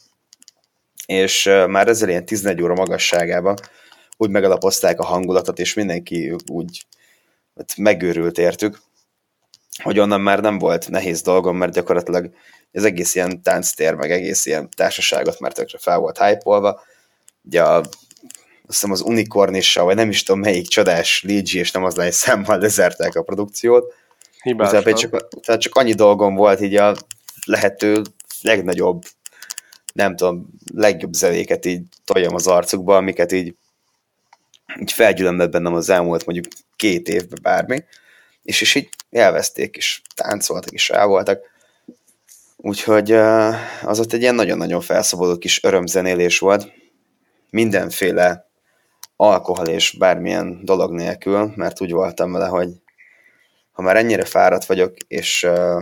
és már ezzel ilyen tizenegy óra magasságában úgy megalapozták a hangulatot, és mindenki úgy megőrült értük, hogy onnan már nem volt nehéz dolgom, mert gyakorlatilag az egész ilyen tánctér, meg egész ilyen társaságot már tökre fel volt hype-olva. Ugye a, azt hiszem az Unicornissal, vagy nem is tudom melyik csodás Lil G és Nem az lány számmal lezárták a produkciót. Csak, tehát csak annyi dolgom volt így a lehető legnagyobb, nem tudom, legjobb zenéket így toljam az arcukba, amiket így, így felgyűlömlett bennem az elmúlt mondjuk két évben bármi, és, és így elveszték, és táncoltak, és rá voltak. Úgyhogy az ott egy ilyen nagyon-nagyon felszabadult kis örömzenélés volt, mindenféle alkohol és bármilyen dolog nélkül, mert úgy voltam vele, hogy ha már ennyire fáradt vagyok, és uh,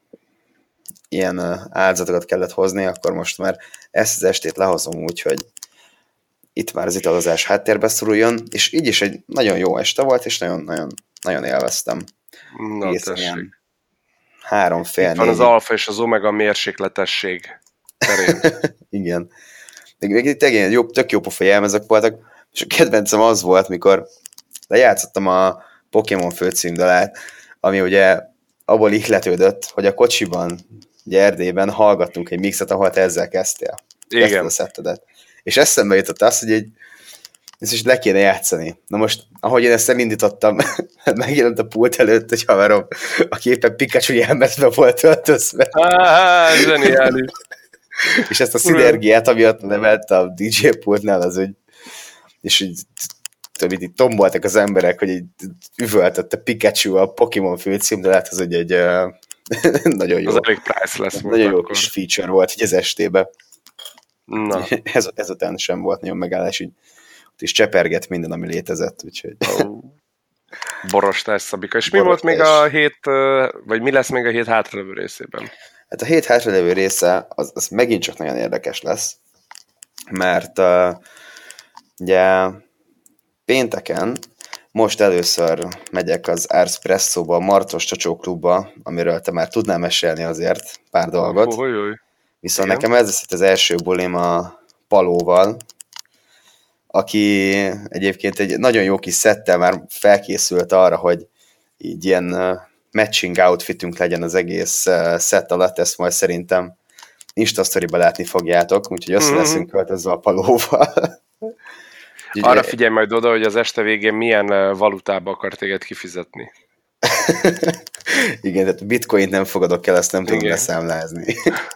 ilyen uh, áldozatokat kellett hozni, akkor most már ezt az estét lehozom úgy, hogy itt már az italozás háttérbe szoruljon, és így is egy nagyon jó este volt, és nagyon-nagyon nagyon élveztem. Na, tessék. Három fél, Itt van az alfa és az omega mérsékletesség terén. Igen. Még itt igen, jó, tök jó pofa jelmezek voltak, és a kedvencem az volt, mikor lejátszottam a Pokémon főcímdalát, ami ugye abból ihletődött, hogy a kocsiban, ugye Erdélyben hallgattunk egy mixet, ahol te ezzel kezdtél. Igen. A szettedet. És eszembe jutott az, hogy egy, ezt is le kéne játszani. Na most, ahogy én ezt elindítottam, megjelent a pult előtt egy haverom, aki éppen Pikachu jelmezbe volt öltözve. Ah, zseniális. És ezt a szinergiát, ami ott nevelt a dé jé pultnál, az úgy, és így amit így tomboltak az emberek, hogy így üvöltette Pikachu a Pokémon főcím, de lehet az egy, egy uh, nagyon jó. Az elég priceless volt. Nagyon jó kis feature volt így az estében. Na. Ez, ezután sem volt nagyon megállás, így ott is csepergett minden, ami létezett, úgyhogy... Oh. Borostás Szabika. És mi Borostás. Volt még a hét, vagy mi lesz még a hét hátralevő részében? Hát a hét hátralevő része, az, az megint csak nagyon érdekes lesz, mert uh, ugye pénteken most először megyek az Arspresso-ba, a Martos Csocsó klubba, amiről te már tudnál mesélni azért pár dolgot. Oh, oh, oh. Viszont igen. Nekem ez lesz az első bulim a Palóval, aki egyébként egy nagyon jó kis szettel már felkészült arra, hogy így ilyen uh, matching outfitünk legyen az egész uh, szett alatt, ezt majd szerintem Instastoryba látni fogjátok, úgyhogy össze mm-hmm. leszünk költözve a Palóval. Arra figyelj majd oda, hogy az este végén milyen valutába akar téged kifizetni. Igen, tehát bitcoint nem fogadok el, ezt nem tudom leszámlázni.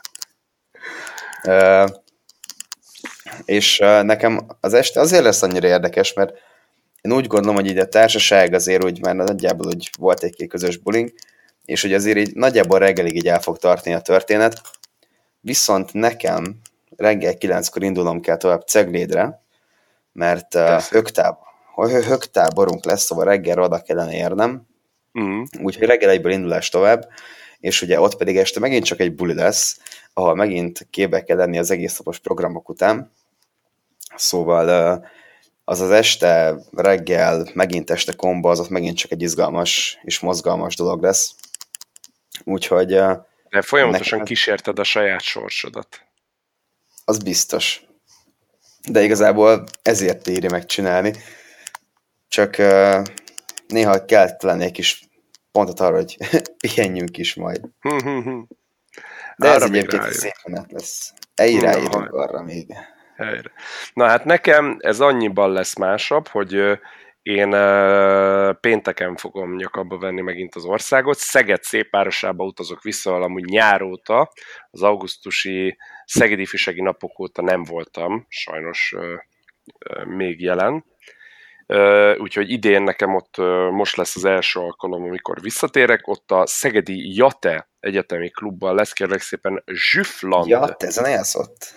uh, és uh, nekem az este azért lesz annyira érdekes, mert én úgy gondolom, hogy így a társaság azért úgy már nagyjából úgy volt egy-két közös bulink, és hogy azért így nagyjából reggelig így el fog tartani a történet, viszont nekem reggel kilenckor indulnom kell tovább Ceglédre, mert uh, högtábor, högtáborunk lesz, szóval reggelre oda kellene érnem, mm. úgyhogy reggel egyből indulás tovább, és ugye ott pedig este megint csak egy buli lesz, ahol megint képbe kell lenni az egész napos programok után, szóval uh, az az este, reggel, megint este komba, az ott megint csak egy izgalmas és mozgalmas dolog lesz, úgyhogy... Uh, De folyamatosan nekem... kísérted a saját sorsodat. Az biztos. De igazából ezért éri megcsinálni. Csak uh, néha kell lenni egy kis pontot arra, hogy pihenjünk is majd. De arra ez egyébként egy szép menet lesz. Egy ráírunk arra még. Helyre. Na hát nekem ez annyiban lesz másabb, hogy én pénteken fogom nyakabba venni megint az országot. Szeged szépvárosába utazok vissza, amúgy nyáróta, az augusztusi szegedi ifjúsági napok óta nem voltam, sajnos még jelen. Úgyhogy idén nekem ott most lesz az első alkalom, amikor visszatérek. Ott a szegedi Jate egyetemi klubban lesz, kérlek szépen, Zsüfland. Jate, ezen élsz ott?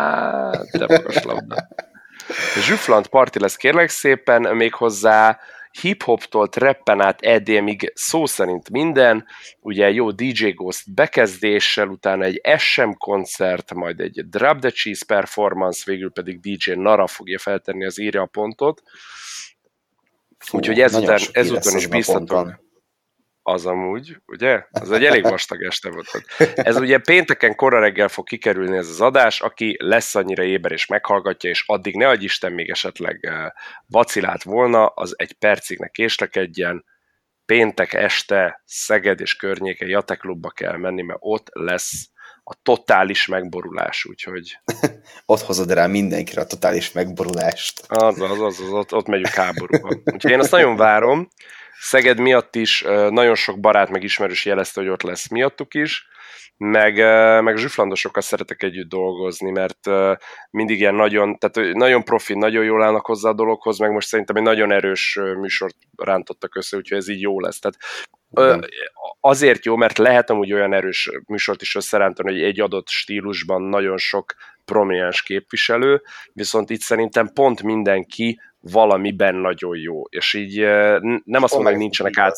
Á, de magas labda. Zsüfland parti lesz, kérlek szépen, méghozzá hip-hoptól trappen át é dé em-ig szó szerint minden, ugye jó dé dzsé Ghost bekezdéssel, utána egy es em koncert, majd egy Drop the Cheese performance, végül pedig dé dzsé Nara fogja feltenni az írja a pontot. Fú, úgyhogy ezután, ezután is bíztatom. Az amúgy, ugye? Az egy elég vastag este volt. Ez ugye pénteken kora reggel fog kikerülni ez az adás, aki lesz annyira éber és meghallgatja, és addig ne adj Isten még esetleg vacilált volna, az egy percig ne késlekedjen. Péntek este Szeged és környéke Jate Klubba kell menni, mert ott lesz a totális megborulás, úgyhogy... Ott hozod rá mindenkire a totális megborulást. Az, az, az, az ott, ott megyünk háborúban. Úgyhogy én azt nagyon várom. Szeged miatt is nagyon sok barát meg ismerős jelezte, hogy ott lesz miattuk is, meg, meg zsuflandosokkal szeretek együtt dolgozni, mert mindig ilyen nagyon, tehát nagyon profi, nagyon jól állnak hozzá a dologhoz, meg most szerintem egy nagyon erős műsort rántottak össze, úgyhogy ez így jó lesz. Tehát azért jó, mert lehet amúgy olyan erős műsort is összerántani, hogy egy adott stílusban nagyon sok prominens képviselő, viszont itt szerintem pont mindenki valamiben nagyon jó, és így nem azt mondom, hogy nincsenek át...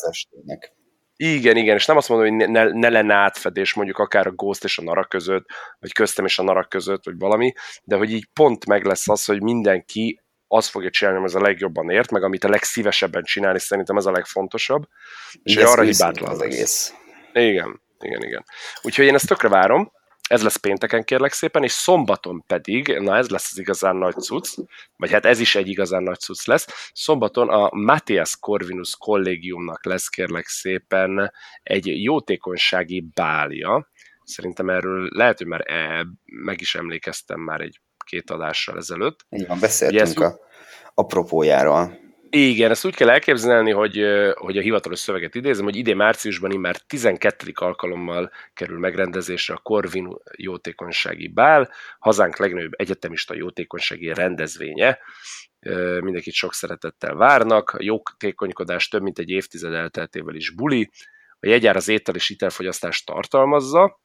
Igen, igen, és nem azt mondom, hogy ne, ne lenne átfedés mondjuk akár a Ghost és a Nara között, vagy köztem és a Nara között, vagy valami, de hogy így pont meg lesz az, hogy mindenki azt fogja csinálni, ami az a legjobban ért, meg amit a legszívesebben csinálni, szerintem ez a legfontosabb, és hogy arra hibátlan az egész. Igen, igen, igen. Úgyhogy én ezt tökre várom, ez lesz pénteken kérlek szépen, és szombaton pedig, na ez lesz az igazán nagy cucc, vagy hát ez is egy igazán nagy cucc lesz, szombaton a Matthias Corvinus kollégiumnak lesz kérlek szépen egy jótékonysági bálja. Szerintem erről lehet, hogy már e, meg is emlékeztem már egy két adással ezelőtt. Így van, beszéltünk a apropójáról. Igen, ezt úgy kell elképzelni, hogy, hogy a hivatalos szöveget idézem, hogy idén márciusban immár tizenkettedik alkalommal kerül megrendezésre a Corvin jótékonysági bál, hazánk legnagyobb egyetemista jótékonysági rendezvénye. Mindenkit sok szeretettel várnak, a jótékonykodás több mint egy évtized elteltével is buli, a jegyár az étel és hitelfogyasztást tartalmazza,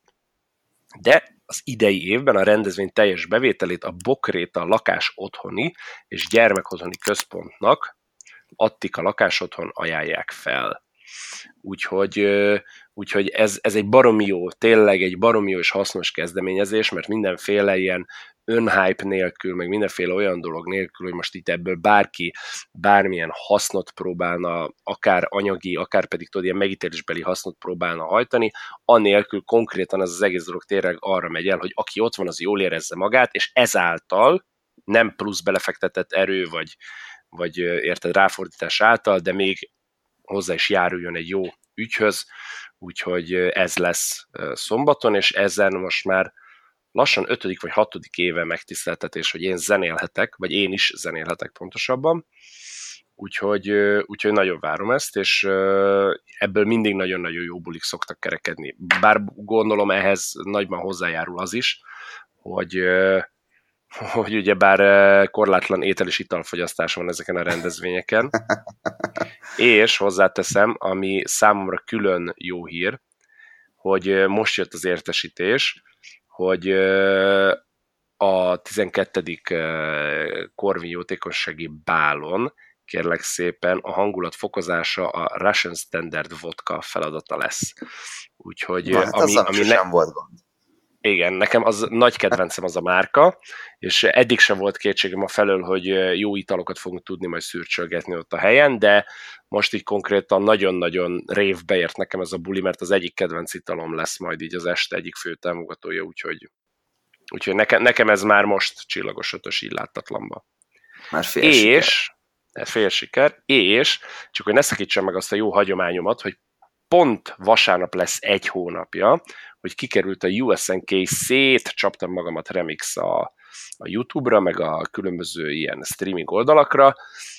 de az idei évben a rendezvény teljes bevételét a Bokréta lakás otthoni és gyermekotthoni központnak, Attika lakásotthon ajánlják fel. Úgyhogy, úgyhogy ez, ez egy baromi jó, tényleg egy baromi jó és hasznos kezdeményezés, mert mindenféle ilyen önhype nélkül, meg mindenféle olyan dolog nélkül, hogy most itt ebből bárki bármilyen hasznot próbálna, akár anyagi, akár pedig tudod, ilyen megítélésbeli hasznot próbálna hajtani, anélkül konkrétan ez az egész dolog tényleg arra megy el, hogy aki ott van, az jól érezze magát, és ezáltal nem plusz belefektetett erő, vagy vagy érted ráfordítás által, de még hozzá is járuljon egy jó ügyhöz, úgyhogy ez lesz szombaton, és ezen most már lassan ötödik vagy hatodik éve megtiszteltetés, hogy én zenélhetek, vagy én is zenélhetek pontosabban, úgyhogy, úgyhogy nagyon várom ezt, és ebből mindig nagyon-nagyon jó bulik szoktak kerekedni. Bár gondolom ehhez nagyban hozzájárul az is, hogy hogy ugyebár korlátlan étel és italfogyasztás van ezeken a rendezvényeken, és hozzáteszem, ami számomra külön jó hír, hogy most jött az értesítés, hogy a tizenkettedik Corvin jótékonysági bálon kérlek szépen a hangulat fokozása a Russian Standard Vodka feladata lesz. Úgyhogy Na, hát ami, ami ne... nem volt gond. Igen, nekem az nagy kedvencem az a márka, és eddig sem volt kétségem a felől, hogy jó italokat fogunk tudni majd szürcsölgetni ott a helyen, de most így konkrétan nagyon-nagyon révbe ért nekem ez a buli, mert az egyik kedvenc italom lesz majd így az este egyik fő támogatója, úgyhogy, úgyhogy nekem, nekem ez már most csillagos ötös így láttatlanba. Már fél és, siker. Fél siker, és csak hogy ne szakítsam meg azt a jó hagyományomat, hogy pont vasárnap lesz egy hónapja, hogy kikerült a U S N K, szétcsaptam magamat remix a, a YouTube-ra, meg a különböző ilyen streaming oldalakra.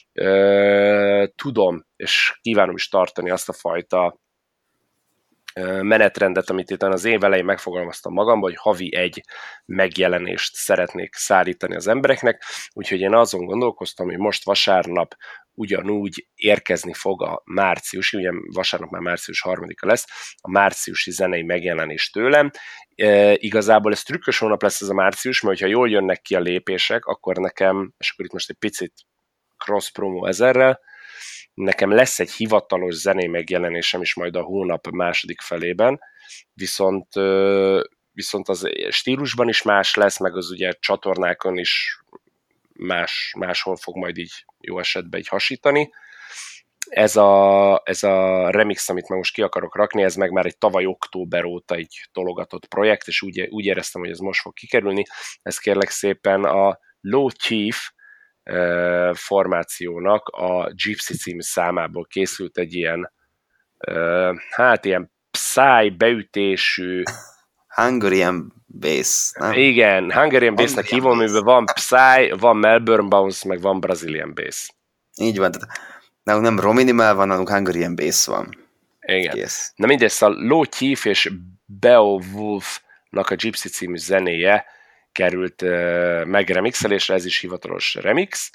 Tudom, és kívánom is tartani azt a fajta menetrendet, amit itt az év elején megfogalmaztam magamban, hogy havi egy megjelenést szeretnék szállítani az embereknek, úgyhogy én azon gondolkoztam, hogy most vasárnap ugyanúgy érkezni fog a márciusi, ugye vasárnap már március harmadika lesz, a márciusi zenei megjelenés tőlem. E, igazából ez trükkös hónap lesz ez a március, mert ha jól jönnek ki a lépések, akkor nekem, és akkor itt most egy picit cross promo ezerrel, nekem lesz egy hivatalos zenei megjelenésem is majd a hónap második felében, viszont, viszont az stílusban is más lesz, meg az ugye csatornákon is más, máshol fog majd így jó esetben így hasítani. Ez a, ez a remix, amit meg most ki akarok rakni, ez meg már egy tavaly október óta egy tologatott projekt, és úgy, úgy éreztem, hogy ez most fog kikerülni. Ez kérlek szépen a Low Chief uh, formációnak a Gypsy című számából készült egy ilyen uh, hát ilyen psy beütésű Hungarian Bass, nem? Igen, Hungarian Bass-nek hívom, amiben van Psy, van Melbourne Bounce, meg van Brazilian Bass. Így van, tehát nálunk nem Rominimál van, nálunk Hungarian Bass van. Igen. Yes. Na mindegy, a Low Chief és Beowulf-nak a Gypsy című zenéje került uh, megremixelésre, ez is hivatalos remix,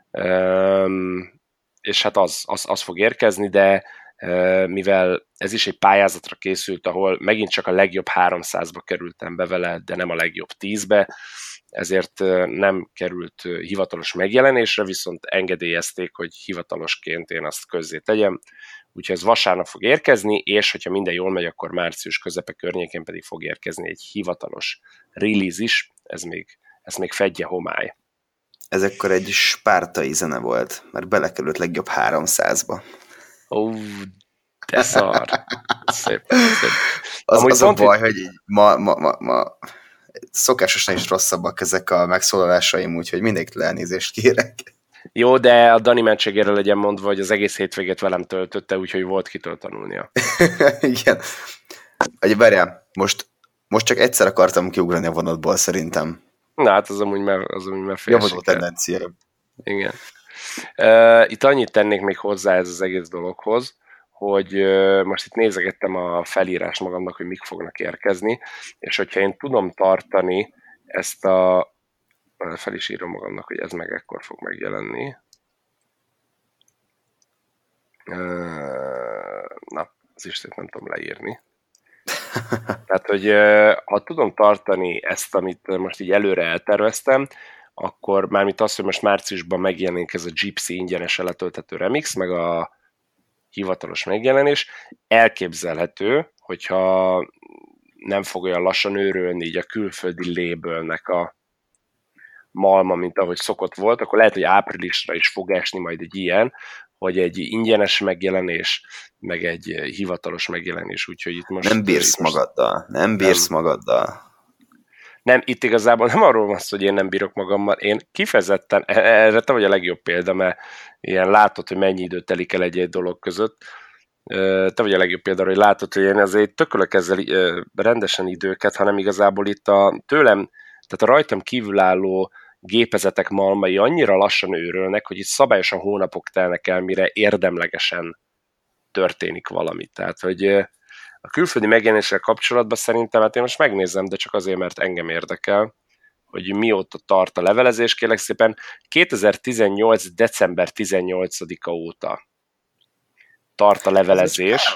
um, és hát az, az, az fog érkezni, de uh, mivel ez is egy pályázatra készült, ahol megint csak a legjobb háromszázba kerültem be vele, de nem a legjobb tízbe, ezért nem került hivatalos megjelenésre, viszont engedélyezték, hogy hivatalosként én azt közzé tegyem, úgyhogy ez vasárnap fog érkezni, és hogyha minden jól megy, akkor március közepe környékén pedig fog érkezni egy hivatalos release is, ez még, ez még fedje homály. Ez akkor egy spártai zene volt, mert belekerült legjobb háromszázba. Ó, de szar. Szép, szép. Az, az a baj, hogy így ma, ma, ma, ma szokásosan is rosszabbak ezek a megszólalásaim, úgyhogy mindenkitől elnézést kérek. Jó, de a Dani mentségére legyen mondva, hogy az egész hétvégét velem töltötte, úgyhogy volt kitől tanulnia. Igen. Egy várjál, most, most csak egyszer akartam kiugrani a vonatból, szerintem. Na hát az amúgy már, az amúgy már fél Javadó tendencia. Igen. Uh, itt annyit tennék még hozzá ez az egész dologhoz, hogy uh, most itt nézegettem a felírás magamnak, hogy mik fognak érkezni, és hogyha én tudom tartani ezt a... fel is írom magamnak, hogy ez meg ekkor fog megjelenni. Uh, na, az Istent nem tudom leírni. Tehát, hogy uh, ha tudom tartani ezt, amit most így előre elterveztem, akkor mármint az, hogy most márciusban megjelenik ez a Gypsy ingyenesen letölthető remix, meg a hivatalos megjelenés, elképzelhető, hogyha nem fog olyan lassan őrölni így a külföldi labelnek a malma, mint ahogy szokott volt, akkor lehet, hogy áprilisra is fog esni majd egy ilyen, hogy egy ingyenes megjelenés, meg egy hivatalos megjelenés, úgyhogy itt most... Nem bírsz most magaddal, nem bírsz nem. magaddal. Nem, itt igazából nem arról van szó, hogy én nem bírok magammal, én kifejezetten, erre te vagy a legjobb példa, mert ilyen látod, hogy mennyi idő telik el egy-egy dolog között, te vagy a legjobb példa, hogy látod, hogy én azért tökölök ezzel rendesen időket, hanem igazából itt a tőlem, tehát a rajtam kívülálló gépezetek malmai annyira lassan őrölnek, hogy itt szabályosan hónapok telnek el, mire érdemlegesen történik valami. Tehát, hogy a külföldi megjelenéssel kapcsolatban szerintem, hát én most megnézem, de csak azért, mert engem érdekel, hogy mióta tart a levelezés, kérlek szépen, kétezer-tizennyolc. december tizennyolcadika óta tart a levelezés.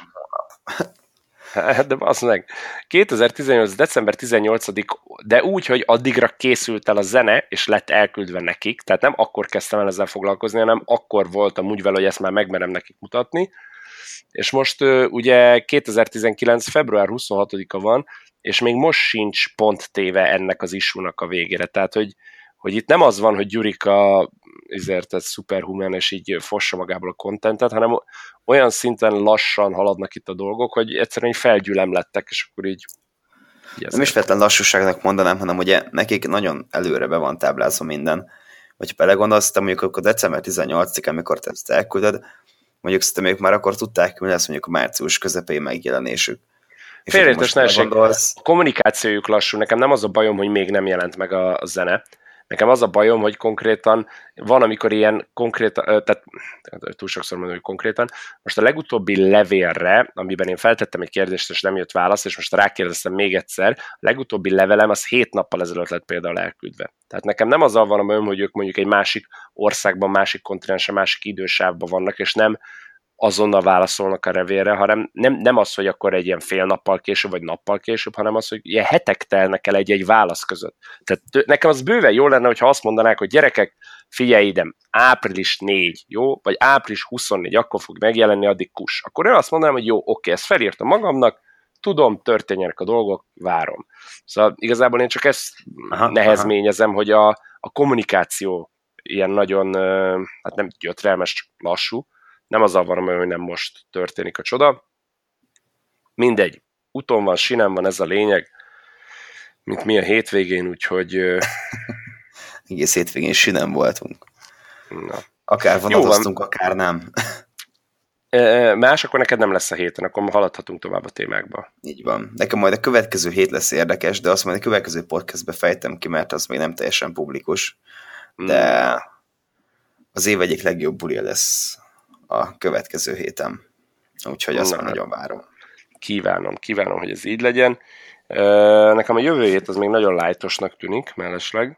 De az meg. kétezer-tizennyolc. december tizennyolcadika, de úgy, hogy addigra készült el a zene, és lett elküldve nekik, tehát nem akkor kezdtem el ezzel foglalkozni, hanem akkor voltam úgy vele, hogy ezt már megmerem nekik mutatni, és most ugye kétezer-tizenkilenc. február huszonhatodika van, és még most sincs pont téve ennek az issue-nak a végére, tehát hogy, hogy itt nem az van, hogy Gyurika ezért ez szuperhuman, és így fossa magából a kontentet, hanem olyan szinten lassan haladnak itt a dolgok, hogy egyszerűen felgyülem lettek, és akkor így... így nem is feltétlen lassúságnak mondanám, hanem ugye nekik nagyon előre be van táblázva minden. Vagy ha belegondolsz, te mondjuk akkor december tizennyolcadikán, amikor te ezt elküldöd, mondjuk szerintem ők már akkor tudták, hogy lesz mondjuk a március közepén megjelenésük. Félreértés ne esik, a kommunikációjuk lassú, nekem nem az a bajom, hogy még nem jelent meg a, a zene. Nekem az a bajom, hogy konkrétan van, amikor ilyen konkrétan, tehát túl sokszor mondom, hogy konkrétan, most a legutóbbi levélre, amiben én feltettem egy kérdést, és nem jött válasz, és most rákérdeztem még egyszer, a legutóbbi levelem az hét nappal ezelőtt lett például elküldve. Tehát nekem nem azzal van a bajom, hogy ők mondjuk egy másik országban, másik kontinensen, másik idősávban vannak, és nem azonnal válaszolnak a revélre, hanem nem, nem az, hogy akkor egy ilyen fél nappal később, vagy nappal később, hanem az, hogy ilyen hetek telnek el egy-egy válasz között. Tehát nekem az bőven jó lenne, hogyha azt mondanák, hogy gyerekek, figyelj ide, április négy, jó? Vagy április huszonnégy, akkor fog megjelenni, addig kus. Akkor én azt mondanám, hogy jó, oké, ezt felírtam magamnak, tudom, történjenek a dolgok, várom. Szóval igazából én csak ezt aha, nehezményezem, aha. hogy a, a kommunikáció ilyen nagyon, hát nem gyötrelmes, csak lassú. Nem azzal van, hogy nem most történik a csoda. Mindegy. Úton van, sinem van, ez a lényeg. Mint mi a hétvégén, úgyhogy... Egész hétvégén sinem voltunk. Na. Akár vonatoztunk, akár nem. Más, akkor neked nem lesz a héten, akkor haladhatunk tovább a témákba. Így van. Nekem majd a következő hét lesz érdekes, de azt majd a következő podcastbe fejtem ki, mert az még nem teljesen publikus. De az év egyik legjobb bulia lesz a következő héten. Úgyhogy azt Na, már nagyon várom. Kívánom, kívánom, hogy ez így legyen. Nekem a jövő hét az még nagyon lájtosnak tűnik, mellesleg.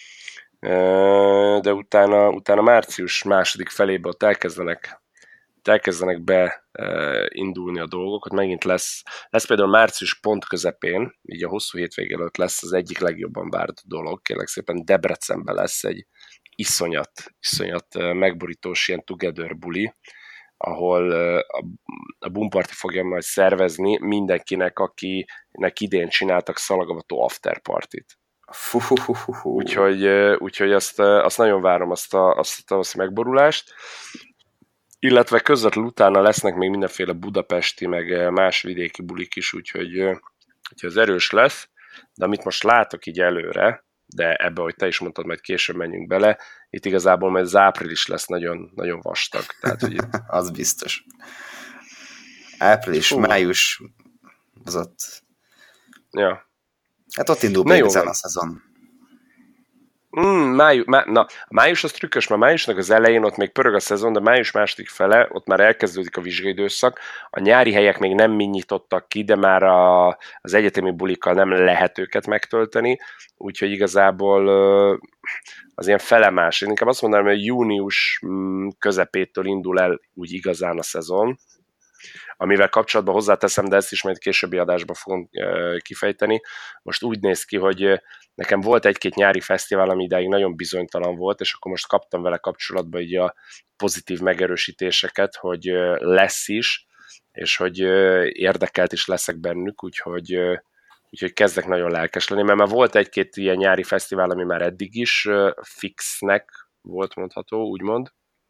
De utána, utána március második felébe ott elkezdenek elkezdenek beindulni a dolgok, ott megint lesz, lesz például március pont közepén, így a hosszú hétvégén előtt lesz az egyik legjobban várt dolog, kérlek szépen Debrecenben lesz egy iszonyat, iszonyat megborítós ilyen together buli, ahol a, a Boom Party fogja majd szervezni mindenkinek, akinek idén csináltak szalagavató afterpartit. Úgyhogy, úgyhogy azt, azt nagyon várom, azt a, azt a tavaszi megborulást. Illetve közvetlenül utána lesznek még mindenféle budapesti, meg más vidéki bulik is, úgyhogy, úgyhogy az erős lesz. De amit most látok így előre, de ebbe, hogy te is mondtad, majd később menjünk bele, itt igazából majd az április lesz nagyon, nagyon vastag. Tehát, hogy itt... az biztos. Április, Hú. május, az ott... Ja. Hát ott indul még ezen a szezon. Mm, május, má, na, a május az trükkös, mert májusnak az elején ott még pörög a szezon, de május második fele, ott már elkezdődik a vizsgaidőszak. A nyári helyek még nem mind nyitottak ki, de már a, az egyetemi bulikkal nem lehet őket megtölteni, úgyhogy igazából az ilyen felemás. Én inkább azt mondanám, hogy június közepétől indul el úgy igazán a szezon, amivel kapcsolatban hozzáteszem, de ezt is majd későbbi adásban fogom kifejteni. Most úgy néz ki, hogy nekem volt egy-két nyári fesztivál, ami idáig nagyon bizonytalan volt, és akkor most kaptam vele kapcsolatban így a pozitív megerősítéseket, hogy lesz is, és hogy érdekelt is leszek bennük, úgyhogy, úgyhogy kezdek nagyon lelkes lenni, mert már volt egy-két ilyen nyári fesztivál, ami már eddig is fixnek volt mondható, úgymond.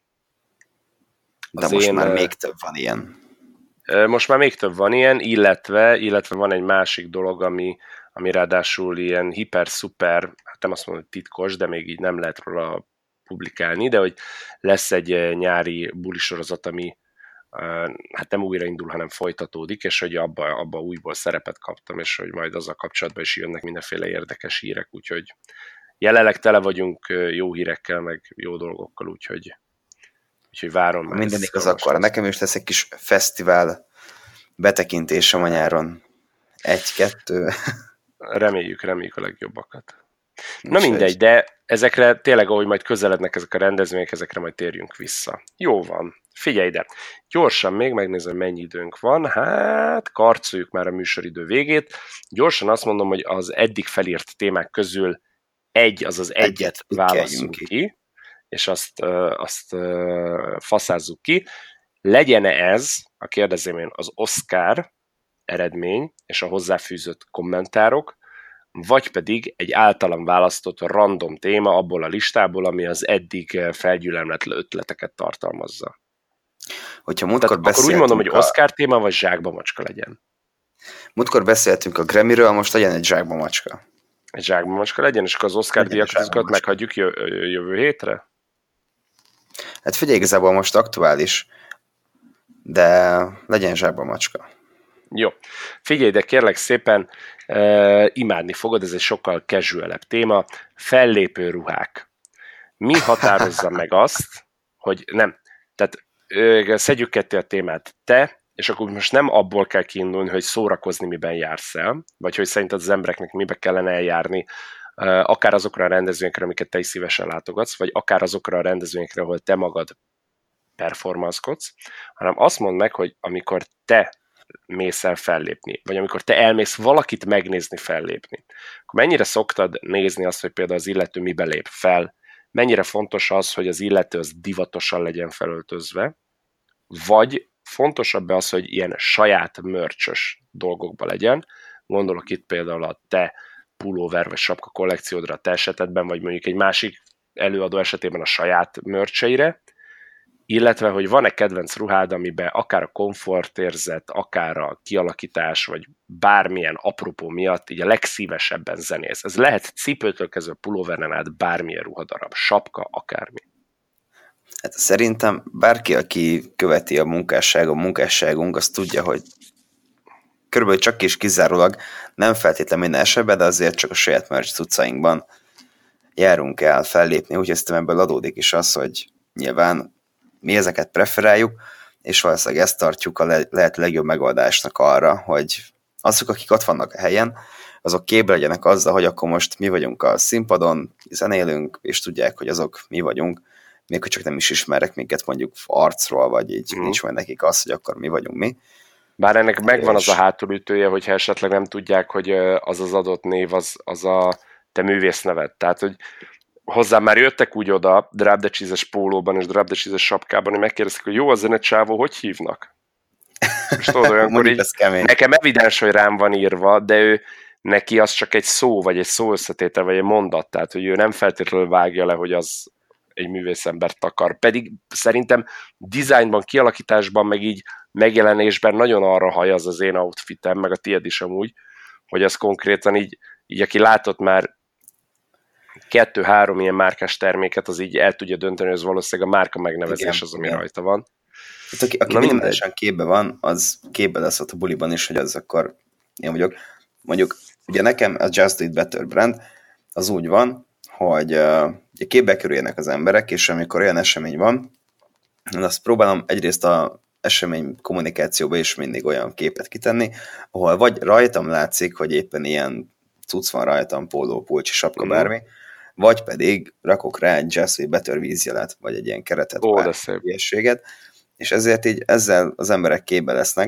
De most én, már még több van ilyen. Most már még több van ilyen, illetve, illetve van egy másik dolog, ami, ami ráadásul ilyen hiper-szuper, hát nem azt mondom, hogy titkos, de még így nem lehet róla publikálni, de hogy lesz egy nyári bulisorozat, ami hát nem újraindul, hanem folytatódik, és hogy abba, abba újból szerepet kaptam, és hogy majd azzal kapcsolatban is jönnek mindenféle érdekes hírek, úgyhogy jelenleg tele vagyunk jó hírekkel, meg jó dolgokkal, úgyhogy úgyhogy várom. Minden igaz, akkor nekem is lesz egy kis fesztivál betekintésem a nyáron. Egy-kettő. Reméljük, reméljük a legjobbakat. Na mindegy, de ezekre tényleg, ahogy majd közelednek ezek a rendezvények, ezekre majd térjünk vissza. Jó van. Figyelj ide. Gyorsan még megnézem, mennyi időnk van. Hát, karcoljuk már a műsoridő végét. Gyorsan azt mondom, hogy az eddig felírt témák közül egy, azaz egyet, egyet válasszunk ki. ki. és azt, azt faszázzuk ki. Legyen-e ez, a kérdezem én, az Oscar eredmény és a hozzáfűzött kommentárok, vagy pedig egy általam választott random téma abból a listából, ami az eddig felgyülemlett ötleteket tartalmazza. Hogyha múltkor akkor úgy mondom, hogy Oscar a... téma, vagy zsákba macska legyen. Múltkor beszéltünk a Grammy-ről, most legyen egy zsákba macska. Egy zsákba macska legyen, és akkor az Oscar díjakat meghagyjuk jövő hétre? Hát figyelj, igazából most aktuális, de legyen zsákba macska. Jó. Figyelj, de kérlek szépen, uh, imádni fogod, ez egy sokkal casual-ebb téma, fellépő ruhák. Mi határozza meg azt, hogy nem, tehát uh, szedjük ketté a témát. Te, és akkor most nem abból kell kiindulni, hogy szórakozni miben jársz el, vagy hogy szerinted az embereknek mibe kellene eljárni, uh, akár azokra a rendezvényekre, amiket te is szívesen látogatsz, vagy akár azokra a rendezvényekre, ahol te magad performance-kodsz, hanem azt mondd meg, hogy amikor te mész el fellépni, vagy amikor te elmész valakit megnézni fellépni, akkor mennyire szoktad nézni azt, hogy például az illető mibe lép fel, mennyire fontos az, hogy az illető az divatosan legyen felöltözve, vagy fontosabb az, hogy ilyen saját mörcsös dolgokba legyen, gondolok itt például a te pulóver vagy sapka kollekciódra a te esetedben, vagy mondjuk egy másik előadó esetében a saját mörcseire, illetve, hogy van-e kedvenc ruhád, amiben akár a komfortérzet, akár a kialakítás, vagy bármilyen apropó miatt így a legszívesebben zenész. Ez lehet cipőtől kezdve pulóveren át bármilyen ruhadarab, sapka, akármi. Hát szerintem bárki, aki követi a munkásság, a munkásságunk, az tudja, hogy körülbelül csak is kizárólag, nem feltétlenül minden esetben, de azért csak a saját merch cuccainkban járunk el fellépni, úgyhogy aztán ebből adódik is az, hogy nyilván mi ezeket preferáljuk, és valószínűleg ezt tartjuk a le- lehet legjobb megoldásnak arra, hogy azok, akik ott vannak a helyen, azok képbe legyenek azzal, hogy akkor most mi vagyunk a színpadon, zenélünk, és tudják, hogy azok mi vagyunk, még hogy csak nem is ismerek minket mondjuk arcról, vagy így mm. nincs majd nekik az, hogy akkor mi vagyunk mi. Bár ennek megvan és... az a hátulütője, hogyha esetleg nem tudják, hogy az az adott név, az, az a te művész neved. Tehát, hogy hozzám már jöttek úgy oda, Drop the Cheese-es pólóban és Drop the Cheese-es sapkában, hogy megkérdezték, hogy jó, a zenecsávó, hogy hívnak? És tudod, olyankor így, nekem evidens, hogy rám van írva, de ő, neki az csak egy szó, vagy egy szó összetétel, vagy egy mondat, tehát, hogy ő nem feltétlenül vágja le, hogy az egy művészembert akar. Pedig szerintem dizájnban, kialakításban, meg így megjelenésben nagyon arra haj az az én outfitem, meg a tiéd is amúgy, hogy az konkrétan így, így aki látott már kettő-három ilyen márkás terméket, az így el tudja dönteni, hogy ez valószínűleg a márka megnevezés igen, az, ami igen. rajta van. Hát, aki aki minimálisan képbe van, az képbe lesz ott a buliban is, hogy az akkor én vagyok. Mondjuk, ugye nekem a Just Do It Better brand, az úgy van, hogy uh, képbe kerüljenek az emberek, és amikor olyan esemény van, azt próbálom egyrészt a esemény kommunikációba is mindig olyan képet kitenni, ahol vagy rajtam látszik, hogy éppen ilyen cucc van rajtam, póló, pulcsi, sapka, mm. bármi, vagy pedig rakok rá egy Just Do It Better vízjelet, vagy egy ilyen keretet, Ó, bár hülyeséget, és ezért így ezzel az emberek képbe lesznek.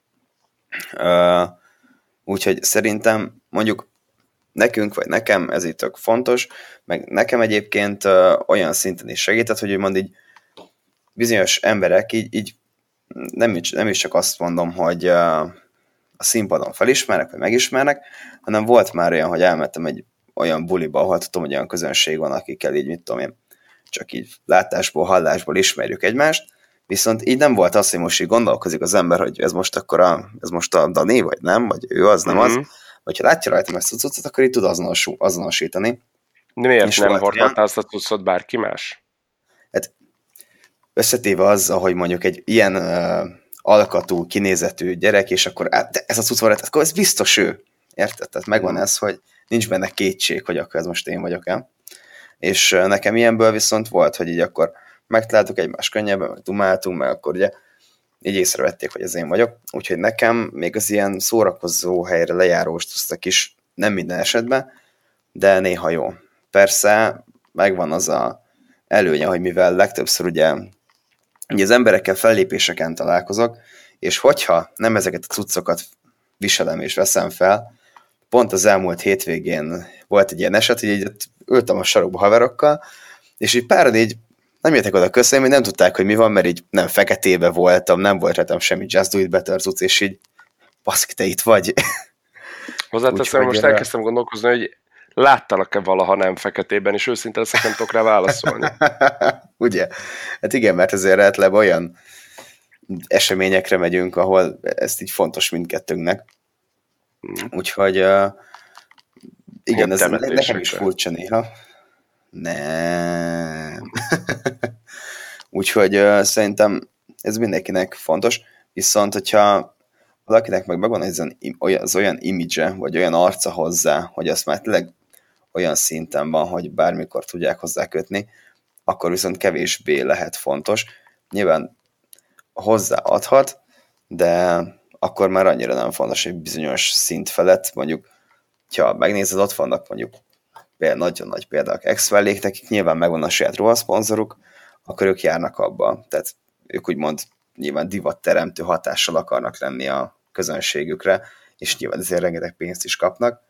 Uh, úgyhogy szerintem mondjuk nekünk, vagy nekem ez így tök fontos, meg nekem egyébként uh, olyan szinten is segített, hogy úgymond így bizonyos emberek így, így nem, is, nem is csak azt mondom, hogy uh, a színpadon felismernek, vagy megismernek, hanem volt már olyan, hogy elmentem egy olyan buliba, ahol tudom, hogy olyan közönség van, akikkel így, mit tudom én, csak így látásból, hallásból ismerjük egymást, viszont így nem volt az, hogy most így gondolkozik az ember, hogy ez most akkor a, ez most a Dani, vagy nem, vagy ő az, nem mm-hmm. az, vagy ha látja rajtam ezt a cuccot, akkor így tud azonos, azonosítani. De miért és nem hordhatná azt a cuccot bárki más? Hát összetéve az, hogy mondjuk egy ilyen uh, alkatú, kinézetű gyerek, és akkor hát, de ez a cucc van, akkor ez biztos ő. Érted? Tehát megvan mm. ez, hogy nincs benne kétség, hogy akkor ez most én vagyok-e. És uh, nekem ilyenből viszont volt, hogy így akkor megtaláltuk egymást könnyebben, meg dumáltunk, meg akkor ugye így észrevették, hogy ez én vagyok. Úgyhogy nekem még az ilyen szórakozó helyre lejáróztak is, nem minden esetben, de néha jó. Persze megvan az a előnye, hogy mivel legtöbbször ugye, ugye az emberekkel fellépéseken találkozok, és hogyha nem ezeket a cuccokat viselem és veszem fel, pont az elmúlt hétvégén volt egy ilyen eset, hogy így ültem a sarokba haverokkal, és így párod így nem jöttek oda köszönni, hogy nem tudták, hogy mi van, mert így nem feketébe voltam, nem volt rajtam semmi Just Do It Better cucc, és így baszki, te itt vagy. Hozzáteszem, most erre... elkezdtem gondolkozni, hogy láttalak-e valaha nem feketében, és őszintén leszek, nem tudok rá válaszolni. Ugye? Hát igen, mert ezért általában olyan eseményekre megyünk, ahol ez így fontos mindkettőnknek. Hmm. Úgyhogy uh, igen, ez nekem is furcsa néha. Nem. Úgyhogy uh, szerintem ez mindenkinek fontos, viszont hogyha valakinek meg megvan az olyan, az olyan image vagy olyan arca hozzá, hogy azt már tényleg olyan szinten van, hogy bármikor tudják hozzá kötni, akkor viszont kevésbé lehet fontos. Nyilván hozzáadhat, de akkor már annyira nem fontos, hogy bizonyos szint felett, mondjuk, ha megnézed, ott vannak mondjuk például nagyon nagy példák X-Vellék, nekik nyilván megvan a saját ruhaszponzoruk, akkor ők járnak abba. Tehát ők úgymond nyilván divatteremtő hatással akarnak lenni a közönségükre, és nyilván ezért rengeteg pénzt is kapnak.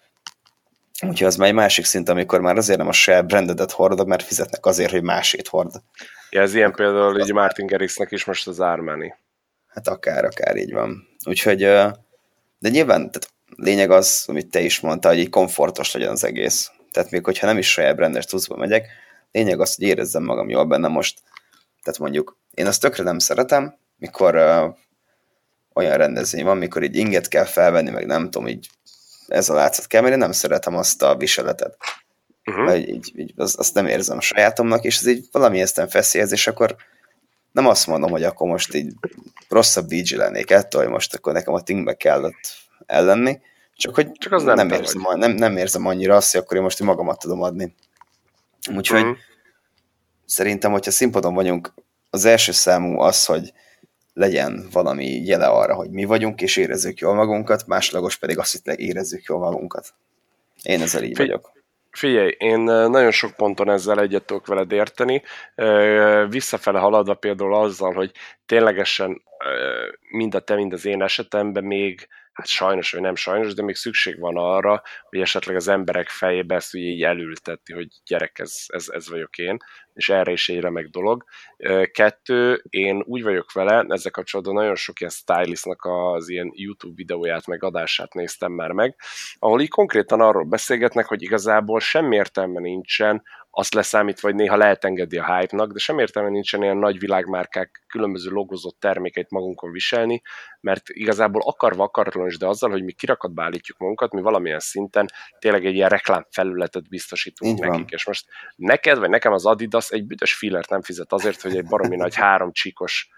Úgyhogy az már egy másik szint, amikor már azért nem a saját brandedet hordod, mert fizetnek azért, hogy másét hord. Ja, ez ilyen például így Martin Garrixnek is most az Armani. Hát akár, akár így van. Úgyhogy, de nyilván tehát lényeg az, amit te is mondtál, hogy így komfortos legyen az egész. Tehát még hogyha nem is saját brandes cuccba megyek, lényeg az, hogy érezzem magam jól benne most. Tehát mondjuk, én azt tökre nem szeretem, mikor uh, olyan rendezvény van, mikor így inget kell felvenni, meg nem tudom, így ez a látszat kell, mert én nem szeretem azt a viseletet. Uh-huh. Mert így, így, az, azt nem érzem a sajátomnak, és ez így valami ezten feszélyez, és akkor nem azt mondom, hogy akkor most így rosszabb dé dzsé lennék ettől, hogy most akkor nekem a tingbe kellett ellenni, csak hogy csak az nem, nem, érzem, nem, nem érzem annyira azt, hogy akkor én most magamat tudom adni. Úgyhogy uh-huh. szerintem, hogyha színpadon vagyunk, az első számú az, hogy legyen valami jele arra, hogy mi vagyunk, és érezzük jól magunkat, másodlagos pedig azt, hogy érezzük jól magunkat. Én ezzel így Figy- vagyok. Figyelj, én nagyon sok ponton ezzel egyet tudok veled érteni. Visszafele haladva például azzal, hogy ténylegesen mind a te, mind az én esetemben még, hát sajnos, vagy nem sajnos, de még szükség van arra, hogy esetleg az emberek fejébe ezt ugye így elültetni, hogy gyerek, ez, ez, ez vagyok én, és erre is egy remek dolog. Kettő, én úgy vagyok vele, ezzel kapcsolatban nagyon sok ilyen stylistnak az ilyen YouTube videóját, meg adását néztem már meg, ahol így konkrétan arról beszélgetnek, hogy igazából semmi értelme nincsen, azt leszámítva, hogy néha lehet engedni a hype-nak, de sem értelme nincsen ilyen nagy világmárkák különböző logozott termékeit magunkon viselni, mert igazából akarva akaratlan is, de azzal, hogy mi kirakatba állítjuk magunkat, mi valamilyen szinten tényleg egy ilyen reklámfelületet biztosítunk Így nekik. van. És most neked, vagy nekem az Adidas egy büdös fillert nem fizet azért, hogy egy baromi nagy három csíkos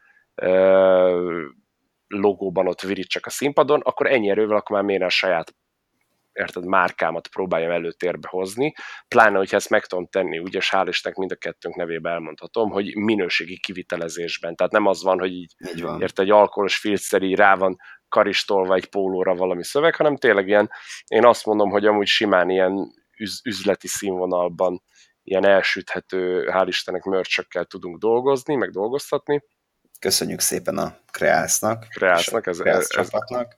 ö, logóban ott virítsak a színpadon, akkor ennyi erővel, akkor már miért a saját érted, márkámat próbáljam előtérbe hozni, pláne, hogyha ezt meg tudom tenni, ugye, és hál' Istennek mind a kettőnk nevében elmondhatom, hogy minőségi kivitelezésben. Tehát nem az van, hogy így, így van. Érted, egy alkoholos filcszer így rá van karistolva egy pólóra valami szöveg, hanem tényleg ilyen, én azt mondom, hogy amúgy simán ilyen üz- üzleti színvonalban ilyen elsüthető, hál' Istennek mörcsökkel tudunk dolgozni, meg dolgoztatni. Köszönjük szépen a Kreásznak. Kreásznak, ez, ez, ez,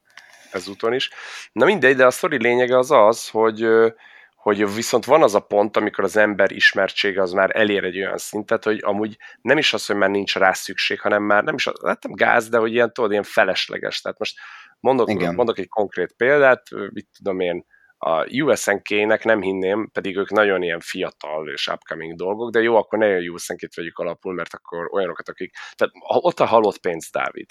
ezúton is. Na mindegy, de a sztori lényege az az, hogy, hogy viszont van az a pont, amikor az ember ismertsége az már elér egy olyan szintet, hogy amúgy nem is az, hogy már nincs rá szükség, hanem már nem is, nem gáz, de hogy ilyen, tudod, ilyen felesleges. Tehát most mondok, mondok egy konkrét példát, mit tudom én, a u es en ká-nek nem hinném, pedig ők nagyon ilyen fiatal és upcoming dolgok, de jó, akkor ne a u es en ká-t vegyük alapul, mert akkor olyanokat, akik... Tehát ott a halott pénz, Dávid.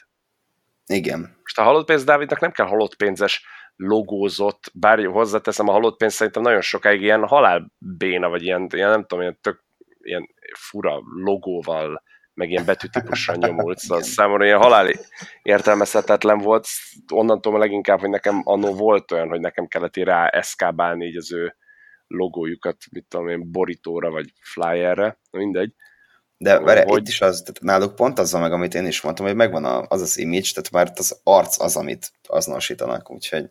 Igen. Most a halott pénz Dávidnak nem kell halott pénzes logózott, bár hozzáteszem, a halott pénz szerintem nagyon sokáig ilyen halálbéna, vagy ilyen, ilyen nem tudom, ilyen tök ilyen fura logóval, meg ilyen betűtípussal nyomult, szóval számomra ilyen halál értelmezhetetlen volt, onnantól leginkább, hogy nekem annó volt olyan, hogy nekem kellett így rá eszkábálni így az ő logójukat, mit tudom én, borítóra, vagy flyerre, mindegy. De várj, hogy... itt is az, tehát náluk pont az meg, amit én is mondtam, hogy megvan az az image, tehát már az arc az, amit azonosítanak, úgyhogy...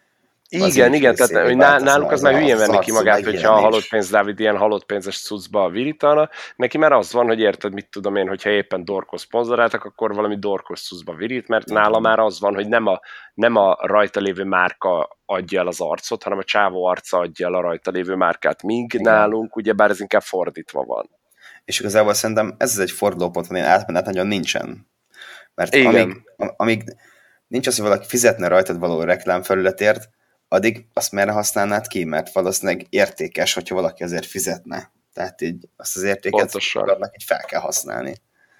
Igen, igen, tehát hogy náluk az már hülyén venni ki magát, hogyha a halott pénz Dávid ilyen halott pénzes cuccba virítana, neki már az van, hogy érted, mit tudom én, hogyha éppen Dorkos szponzoráltak, akkor valami Dorkos cuccba virít, mert nála már az van, hogy nem a, nem a rajta lévő márka adja el az arcot, hanem a csávó arca adja el a rajta lévő márkát, míg igen. Nálunk ugyebár ez inkább fordítva van. És igazából szerintem ez egy fordulópont, van, ilyen átmenet nagyon nincsen. Mert amíg, amíg nincs az, hogy valaki fizetne rajtad való reklámfelületért, addig azt merre használnád ki, mert valószínűleg értékes, hogyha valaki azért fizetne. Tehát így azt az értéket magadnak így fel kell használni.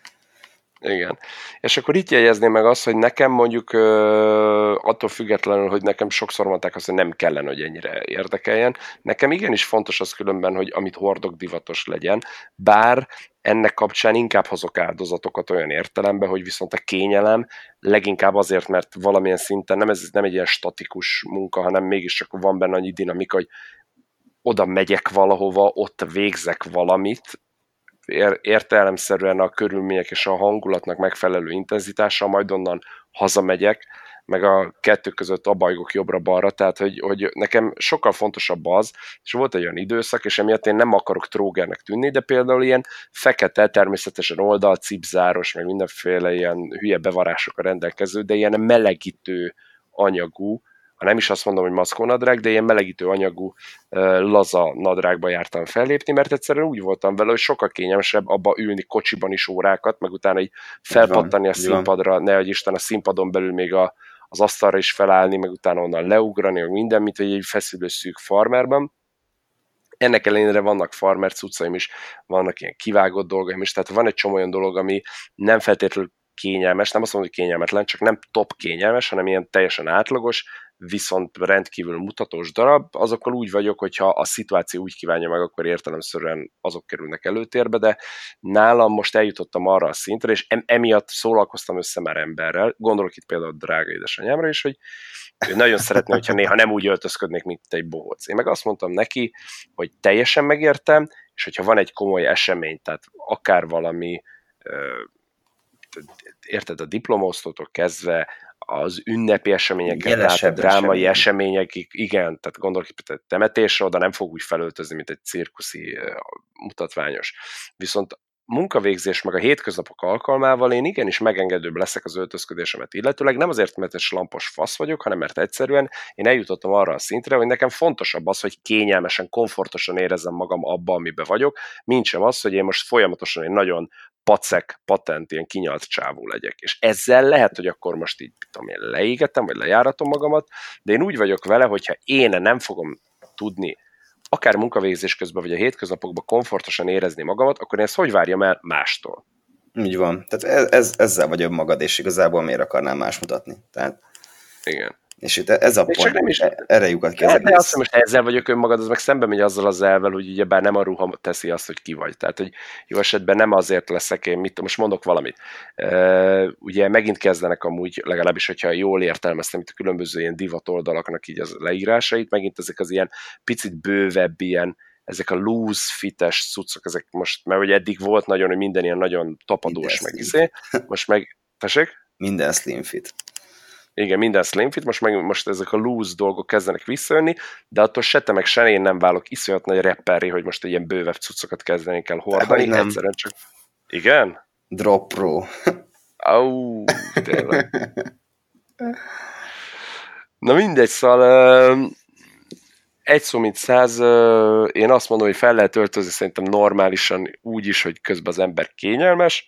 Igen. És akkor itt jegyezném meg azt, hogy nekem mondjuk attól függetlenül, hogy nekem sokszor mondták azt, hogy nem kellene, hogy ennyire érdekeljen. Nekem igenis fontos az különben, hogy amit hordok, divatos legyen, bár ennek kapcsán inkább hozok áldozatokat olyan értelemben, hogy viszont a kényelem leginkább azért, mert valamilyen szinten nem, ez nem egy ilyen statikus munka, hanem mégiscsak van benne annyi dinamika, hogy oda megyek valahova, ott végzek valamit, értelemszerűen a körülmények és a hangulatnak megfelelő intenzitással, majd onnan hazamegyek, meg a kettő között abajgok jobbra-balra, tehát hogy, hogy nekem sokkal fontosabb az, és volt egy olyan időszak, és emiatt én nem akarok trógernek tűnni, de például ilyen fekete, természetesen oldal, cipzáros, meg mindenféle ilyen hülye bevarásokkal rendelkező, de ilyen melegítő anyagú, ha nem is azt mondom, hogy maszkónadrág, de ilyen melegítő anyagú, laza nadrágba jártam fellépni, mert egyszerűen úgy voltam vele, hogy sokkal kényelmesebb abba ülni kocsiban is órákat, meg utána így felpattani a színpadra, nehogy Isten a színpadon belül még a, az asztalra is felállni, meg utána onnan leugrani, meg minden, mint hogy egy feszülő szűk farmerban. Ennek ellenére vannak farmer cuccaim is, vannak ilyen kivágott dolgaim is, tehát van egy csomó olyan dolog, ami nem feltétlenül kényelmes, nem azt mondom, hogy kényelmetlen, csak nem top kényelmes, hanem ilyen teljesen átlagos, viszont rendkívül mutatós darab, azokkal úgy vagyok, hogyha a szituáció úgy kívánja meg, akkor értelemszerűen azok kerülnek előtérbe, de nálam most eljutottam arra a szintre, és emiatt szólalkoztam össze már emberrel, gondolok itt például a drága édesanyámra is, hogy ő nagyon szeretné, hogyha néha nem úgy öltözködnék, mint egy bohóc. Én meg azt mondtam neki, hogy teljesen megértem, és hogyha van egy komoly esemény, tehát akár valami, érted, a diplomaosztótól kezdve az ünnepi eseményeket, tehát a drámai eseményekig, igen, tehát gondolok itt a temetésre, oda nem fog úgy felöltözni, mint egy cirkuszi mutatványos. Viszont munkavégzés meg a hétköznapok alkalmával én igenis megengedőbb leszek az öltözködésemet illetőleg, nem azért, mert egy slampos fasz vagyok, hanem mert egyszerűen én eljutottam arra a szintre, hogy nekem fontosabb az, hogy kényelmesen, komfortosan érezzem magam abba, amiben vagyok, mint sem az, hogy én most folyamatosan egy nagyon pacek, patent, ilyen kinyalt csávó legyek. És ezzel lehet, hogy akkor most így tudom, én leégetem, vagy lejáratom magamat, de én úgy vagyok vele, hogyha én nem fogom tudni akár munkavégzés közben, vagy a hétköznapokban komfortosan érezni magamat, akkor én ezt hogy várjam el mástól? Így van. Tehát ez, ez, ezzel vagy önmagad, és igazából miért akarnám más mutatni? Tehát... Igen. És itt ez a pont, nem is, erre lyukat ki az egész. De azt hiszem, most ezzel vagyok önmagad, az meg szembe megy azzal az elvel, hogy ugyebár nem a ruha teszi azt, hogy ki vagy. Tehát, hogy jó esetben nem azért leszek én, mit, most mondok valamit. Uh, ugye megint kezdenek amúgy, legalábbis, hogyha jól értelmeztem itt a különböző ilyen divat oldalaknak így az leírásait, megint ezek az ilyen picit bővebb ilyen, ezek a loose fites cuccok, ezek most, mert ugye eddig volt nagyon, hogy minden ilyen nagyon tapadós meg izé, most meg, tessék? Minden slim fit. Igen, minden slim fit, most, meg, most ezek a loose dolgok kezdenek visszajönni, de attól se te meg se én nem válok iszonyat nagy rapperré, hogy most egy ilyen bővebb cuccokat kezdenénk el hordani, egyszerűen csak... Igen? Drop Pro. Au, tényleg. Na mindegy, szóval egy szó mint száz, én azt mondom, hogy fel lehet öltözni szerintem normálisan úgy is, hogy közben az ember kényelmes,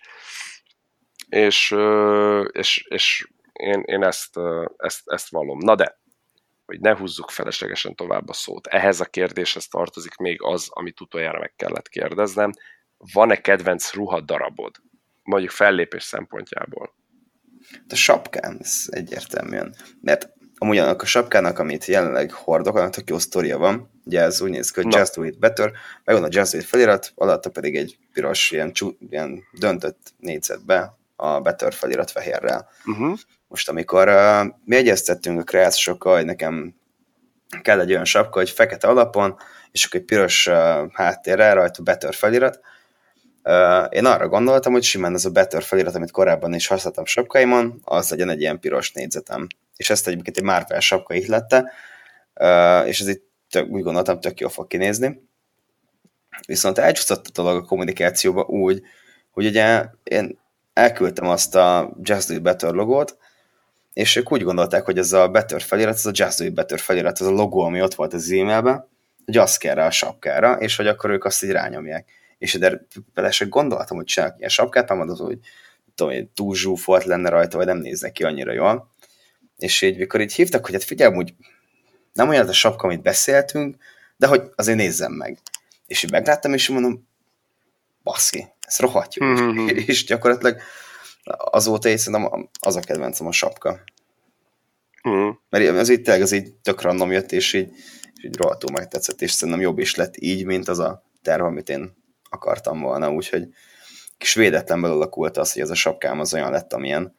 és, és, és Én, én ezt, ezt, ezt vallom. Na de, hogy ne húzzuk feleslegesen tovább a szót. Ehhez a kérdéshez tartozik még az, amit utoljára meg kellett kérdeznem. Van-e kedvenc ruhadarabod? Mondjuk fellépés szempontjából. A sapkám, ez egyértelműen. Mert amúgy annak a sapkának, amit jelenleg hordok, annak tök jó sztoria van. Ugye ez úgy néz ki, hogy Just Do It Better, meg van a Just Do It felirat, alatta pedig egy piros, ilyen, csú, ilyen döntött négyzetbe a Better felirat fehérrel. Uh-huh. Most amikor uh, mi egyeztettünk a kreációsokkal, hogy nekem kell egy olyan sapka, hogy fekete alapon, és akkor egy piros uh, háttérrel rajta Better felirat, uh, én arra gondoltam, hogy simán ez a Better felirat, amit korábban is használtam sapkáimon, az legyen egy ilyen piros négyzetem. És ezt egyébként egy Marvel sapka ihlette, uh, és ez itt tök, úgy gondoltam, tök jól fog kinézni. Viszont elcsúszott a dolog a kommunikációba úgy, hogy ugye én elküldtem azt a Just Do It Better logót, és ők úgy gondolták, hogy ez a Better felirat, ez a Just Do It Better felirat, ez a logó, ami ott volt az e-mailben, hogy az kell rá a sapkára, és hogy akkor ők azt így rányomják. És de belesek gondoltam, hogy csinálok ilyen sapkát, már mondod, hogy tudom, hogy túl zsúfolt lenne rajta, vagy nem néznek ki annyira jól. És így, mikor így hívtak, hogy hát figyelj, hogy nem olyan az a sapka, amit beszéltünk, de hogy azért nézzem meg. És így megláttam, és mondom, baszki, ez rohadt jó. Mm-hmm. És gyakorlatilag azóta én szerintem az a kedvencem a sapka. Mm. Mert az így tényleg az így tök random jött, és így, és így rohadtul megtetszett, és szerintem jobb is lett így, mint az a terv, amit én akartam volna, úgyhogy kis védetlenből alakult az, hogy ez a sapkám az olyan lett, amilyen.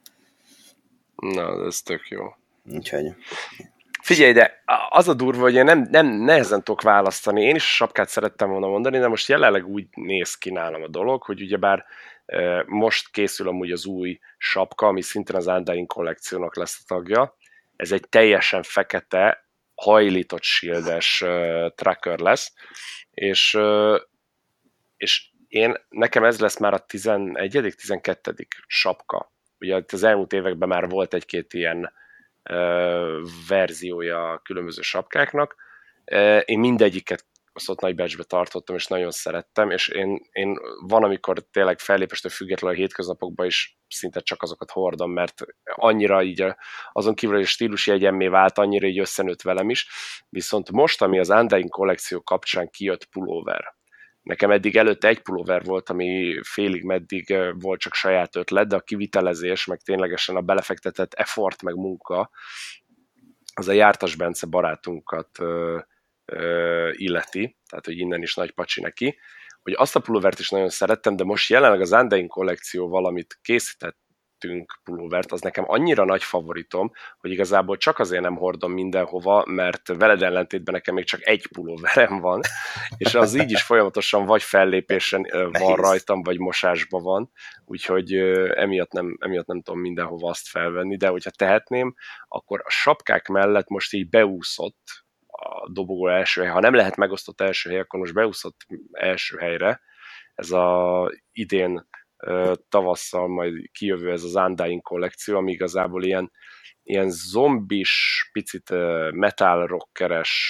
Na, ez tök jó. Úgyhogy... Figyelj, de az a durva, hogy én nem, nem nehezen tudok választani. Én is a sapkát szerettem volna mondani, de most jelenleg úgy néz ki nálam a dolog, hogy ugyebár most készül amúgy az új sapka, ami szintén az Undying kollekciónak lesz a tagja, ez egy teljesen fekete, hajlított shieldes uh, tracker lesz, és, uh, és én, nekem ez lesz már a tizenegyedik, tizenkettedik sapka. Ugye az elmúlt években már volt egy-két ilyen uh, verziója a különböző sapkáknak. Uh, én mindegyiket azt ott nagybecsbe tartottam, és nagyon szerettem, és én, én van, amikor tényleg fellépéstől függetlenül a hétköznapokban is szinte csak azokat hordom, mert annyira így azon kívül, hogy a stílusi egyemmé vált, annyira így összenőtt velem is, viszont most, ami az Undying kollekció kapcsán kijött pulóver. Nekem eddig előtte egy pulóver volt, ami félig meddig volt csak saját ötlet, de a kivitelezés, meg ténylegesen a belefektetett effort, meg munka, az a Jártas Bence barátunkat illeti, tehát hogy innen is nagy pacsi neki, hogy azt a pulóvert is nagyon szerettem, de most jelenleg az Undying kollekció valamit készítettünk pulóvert, az nekem annyira nagy favoritom, hogy igazából csak azért nem hordom mindenhova, mert veled ellentétben nekem még csak egy pulóverem van, és az így is folyamatosan vagy fellépésen van rajtam, vagy mosásban van, úgyhogy emiatt nem, emiatt nem tudom mindenhova azt felvenni, de hogyha tehetném, akkor a sapkák mellett most így beúszott a dobogó első hely. Ha nem lehet megosztott első hely, akkor most beúszott első helyre. Ez a idén tavasszal majd kijövő ez az Undying kollekció, ami igazából ilyen, ilyen zombis, picit metal rockeres,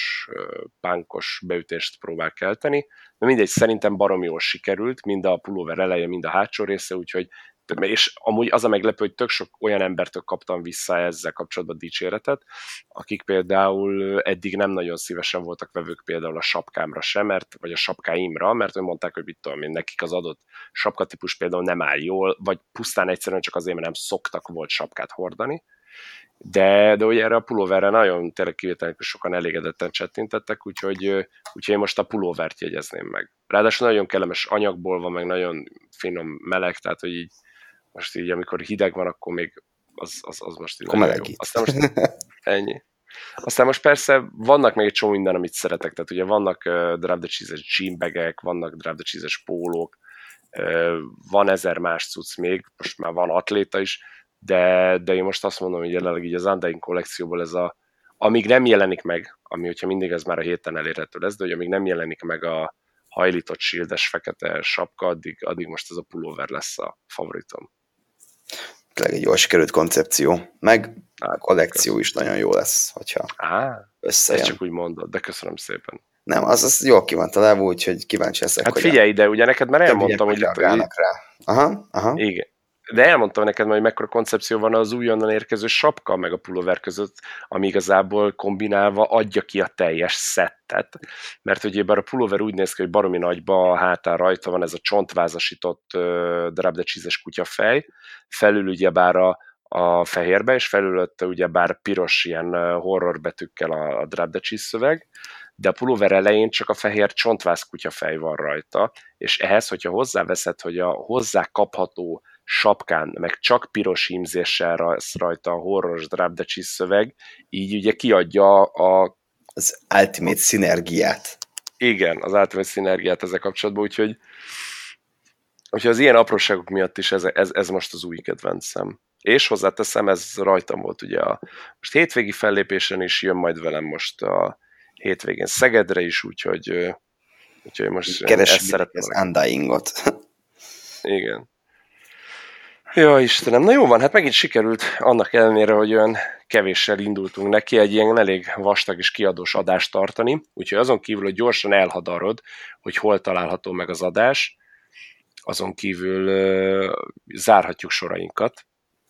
punkos beütést próbál kelteni. De mindegy, szerintem baromi jól sikerült, mind a pulóver eleje, mind a hátsó része, úgyhogy és amúgy az a meglepő, hogy tök sok olyan embertől kaptam vissza ezzel kapcsolatban dicséretet, akik például eddig nem nagyon szívesen voltak vevők például a sapkámra sem, mert, vagy a sapkáimra, mert ők mondták, hogy mit tudom én, nekik az adott sapkatípus például nem áll jól, vagy pusztán egyszerűen csak azért, mert nem szoktak volt sapkát hordani. De, de ugye erre a pulóverre nagyon tényleg kivételenül sokan elégedetten csettintettek, úgyhogy, úgyhogy én most a pulóvert jegyezném meg. Ráadásul nagyon kellemes anyagból van, meg nagyon finom meleg, tehát hogy így most így, amikor hideg van, akkor még az, az, az most így nagyon jó. Aztán most ennyi. Aztán most persze vannak még egy csomó minden, amit szeretek, tehát ugye vannak uh, Drop the Cheese-es jeanbagek, vannak Drop the Cheese-es pólók, uh, van ezer más cucc még, most már van atléta is, de, de én most azt mondom, hogy jelenleg így az Undying kollekcióból ez a, amíg nem jelenik meg, ami hogyha mindig ez már a héten elérhető lesz, de hogy amíg nem jelenik meg a hajlított shieldes fekete sapka, addig, addig most ez a pulóver lesz a favoritom. Tényleg egy jól sikerült koncepció, meg a kollekció is nagyon jó lesz, hogyha Á, összejön. Ezt csak úgy mondod, de köszönöm szépen. Nem, az, az jól ki van találva, úgyhogy kíváncsi leszek. Hát figyelj ide, ugye neked már elmondtam, hogy... rá. Aha, aha. Igen. De elmondtam neked, hogy mekkora koncepció van az újonnan érkező sapka meg a pulóver között, ami igazából kombinálva adja ki a teljes szettet. Mert ugye bár a pulóver úgy néz ki, hogy baromi nagyba, a hátán rajta van ez a csontvázasított uh, Drop the Cheese-es kutyafej, felül ugyebár a, a fehérbe, és felülötte ugyebár piros ilyen horror betűkkel a, a Drop the Cheese szöveg, de a pulóver elején csak a fehér csontváz kutyafej van rajta, és ehhez, hogyha hozzáveszed, hogy a hozzá kapható sapkán, meg csak piros hímzéssel lesz rajta a horroros Drop the Cheese szöveg, így ugye kiadja a... az ultimate szinergiát. Igen, az ultimate szinergiát ezzel kapcsolatban, úgyhogy, úgyhogy az ilyen apróságok miatt is ez, ez, ez most az új kedvencem. És hozzáteszem, ez rajtam volt ugye a most hétvégi fellépésen is, jön majd velem most a hétvégén Szegedre is, úgyhogy, úgyhogy most ezt szeretném. Az Undyingot. Igen. Ja, Istenem, na jó van, hát megint sikerült annak ellenére, hogy olyan kevéssel indultunk neki, egy ilyen elég vastag és kiadós adást tartani, úgyhogy azon kívül, hogy gyorsan elhadarod, hogy hol található meg az adás, azon kívül uh, zárhatjuk sorainkat.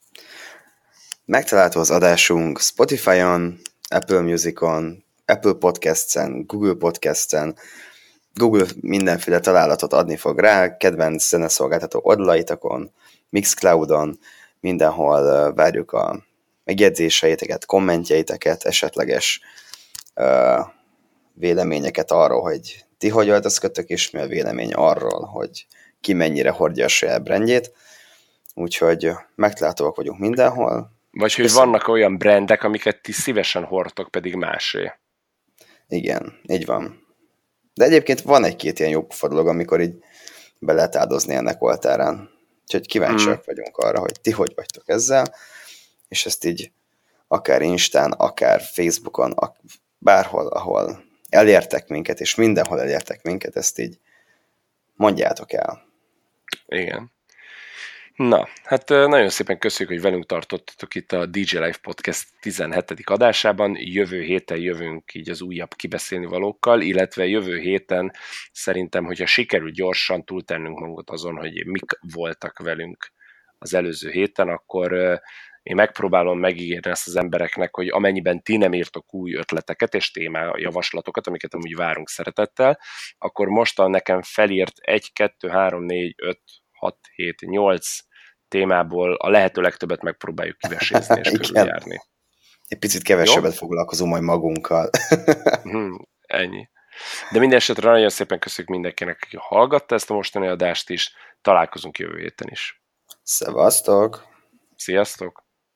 Megtalálható az adásunk Spotify-on, Apple Musicon, Apple Podcasts-en, Google Podcasts-en, Google mindenféle találatot adni fog rá, kedvenc zeneszolgáltató oldalaitokon, Mixcloudon, mindenhol várjuk a megjegyzéseiteket, kommentjeiteket, esetleges uh, véleményeket arról, hogy ti hogy öltözködtök, és mi a vélemény arról, hogy ki mennyire hordja a saját brandjét. Úgyhogy megtalálhatóak vagyunk mindenhol. Vagy hogy Köszön... vannak olyan brandek, amiket ti szívesen hordtok, pedig másé. Igen, így van. De egyébként van egy-két ilyen jó dolog, amikor így be lehet áldozni ennek oltárán. Úgyhogy kíváncsiak hmm. vagyunk arra, hogy ti hogy vagytok ezzel, és ezt így akár Instán, akár Facebookon, ak- bárhol, ahol elértek minket, és mindenhol elértek minket, ezt így mondjátok el. Igen. Na, hát nagyon szépen köszönjük, hogy velünk tartottatok itt a dé jé Live Podcast tizenhetedik adásában. Jövő héten jövünk így az újabb kibeszélni valókkal, illetve jövő héten szerintem, hogyha sikerül gyorsan túltennünk magunkat azon, hogy mik voltak velünk az előző héten, akkor én megpróbálom megígérni ezt az embereknek, hogy amennyiben ti nem írtok új ötleteket és témajavaslatokat, amiket amúgy várunk szeretettel, akkor mostan nekem felírt egy, kettő, három, négy, öt, hat, hét, nyolc témából a lehető legtöbbet megpróbáljuk kivesézni és körüljárni. Egy picit kevesebbet foglalkozunk majd magunkkal. hmm, ennyi. De minden esetre nagyon szépen köszönjük mindenkinek, aki hallgatta ezt a mostani adást is. Találkozunk jövő héten is. Szevasztok! Sziasztok!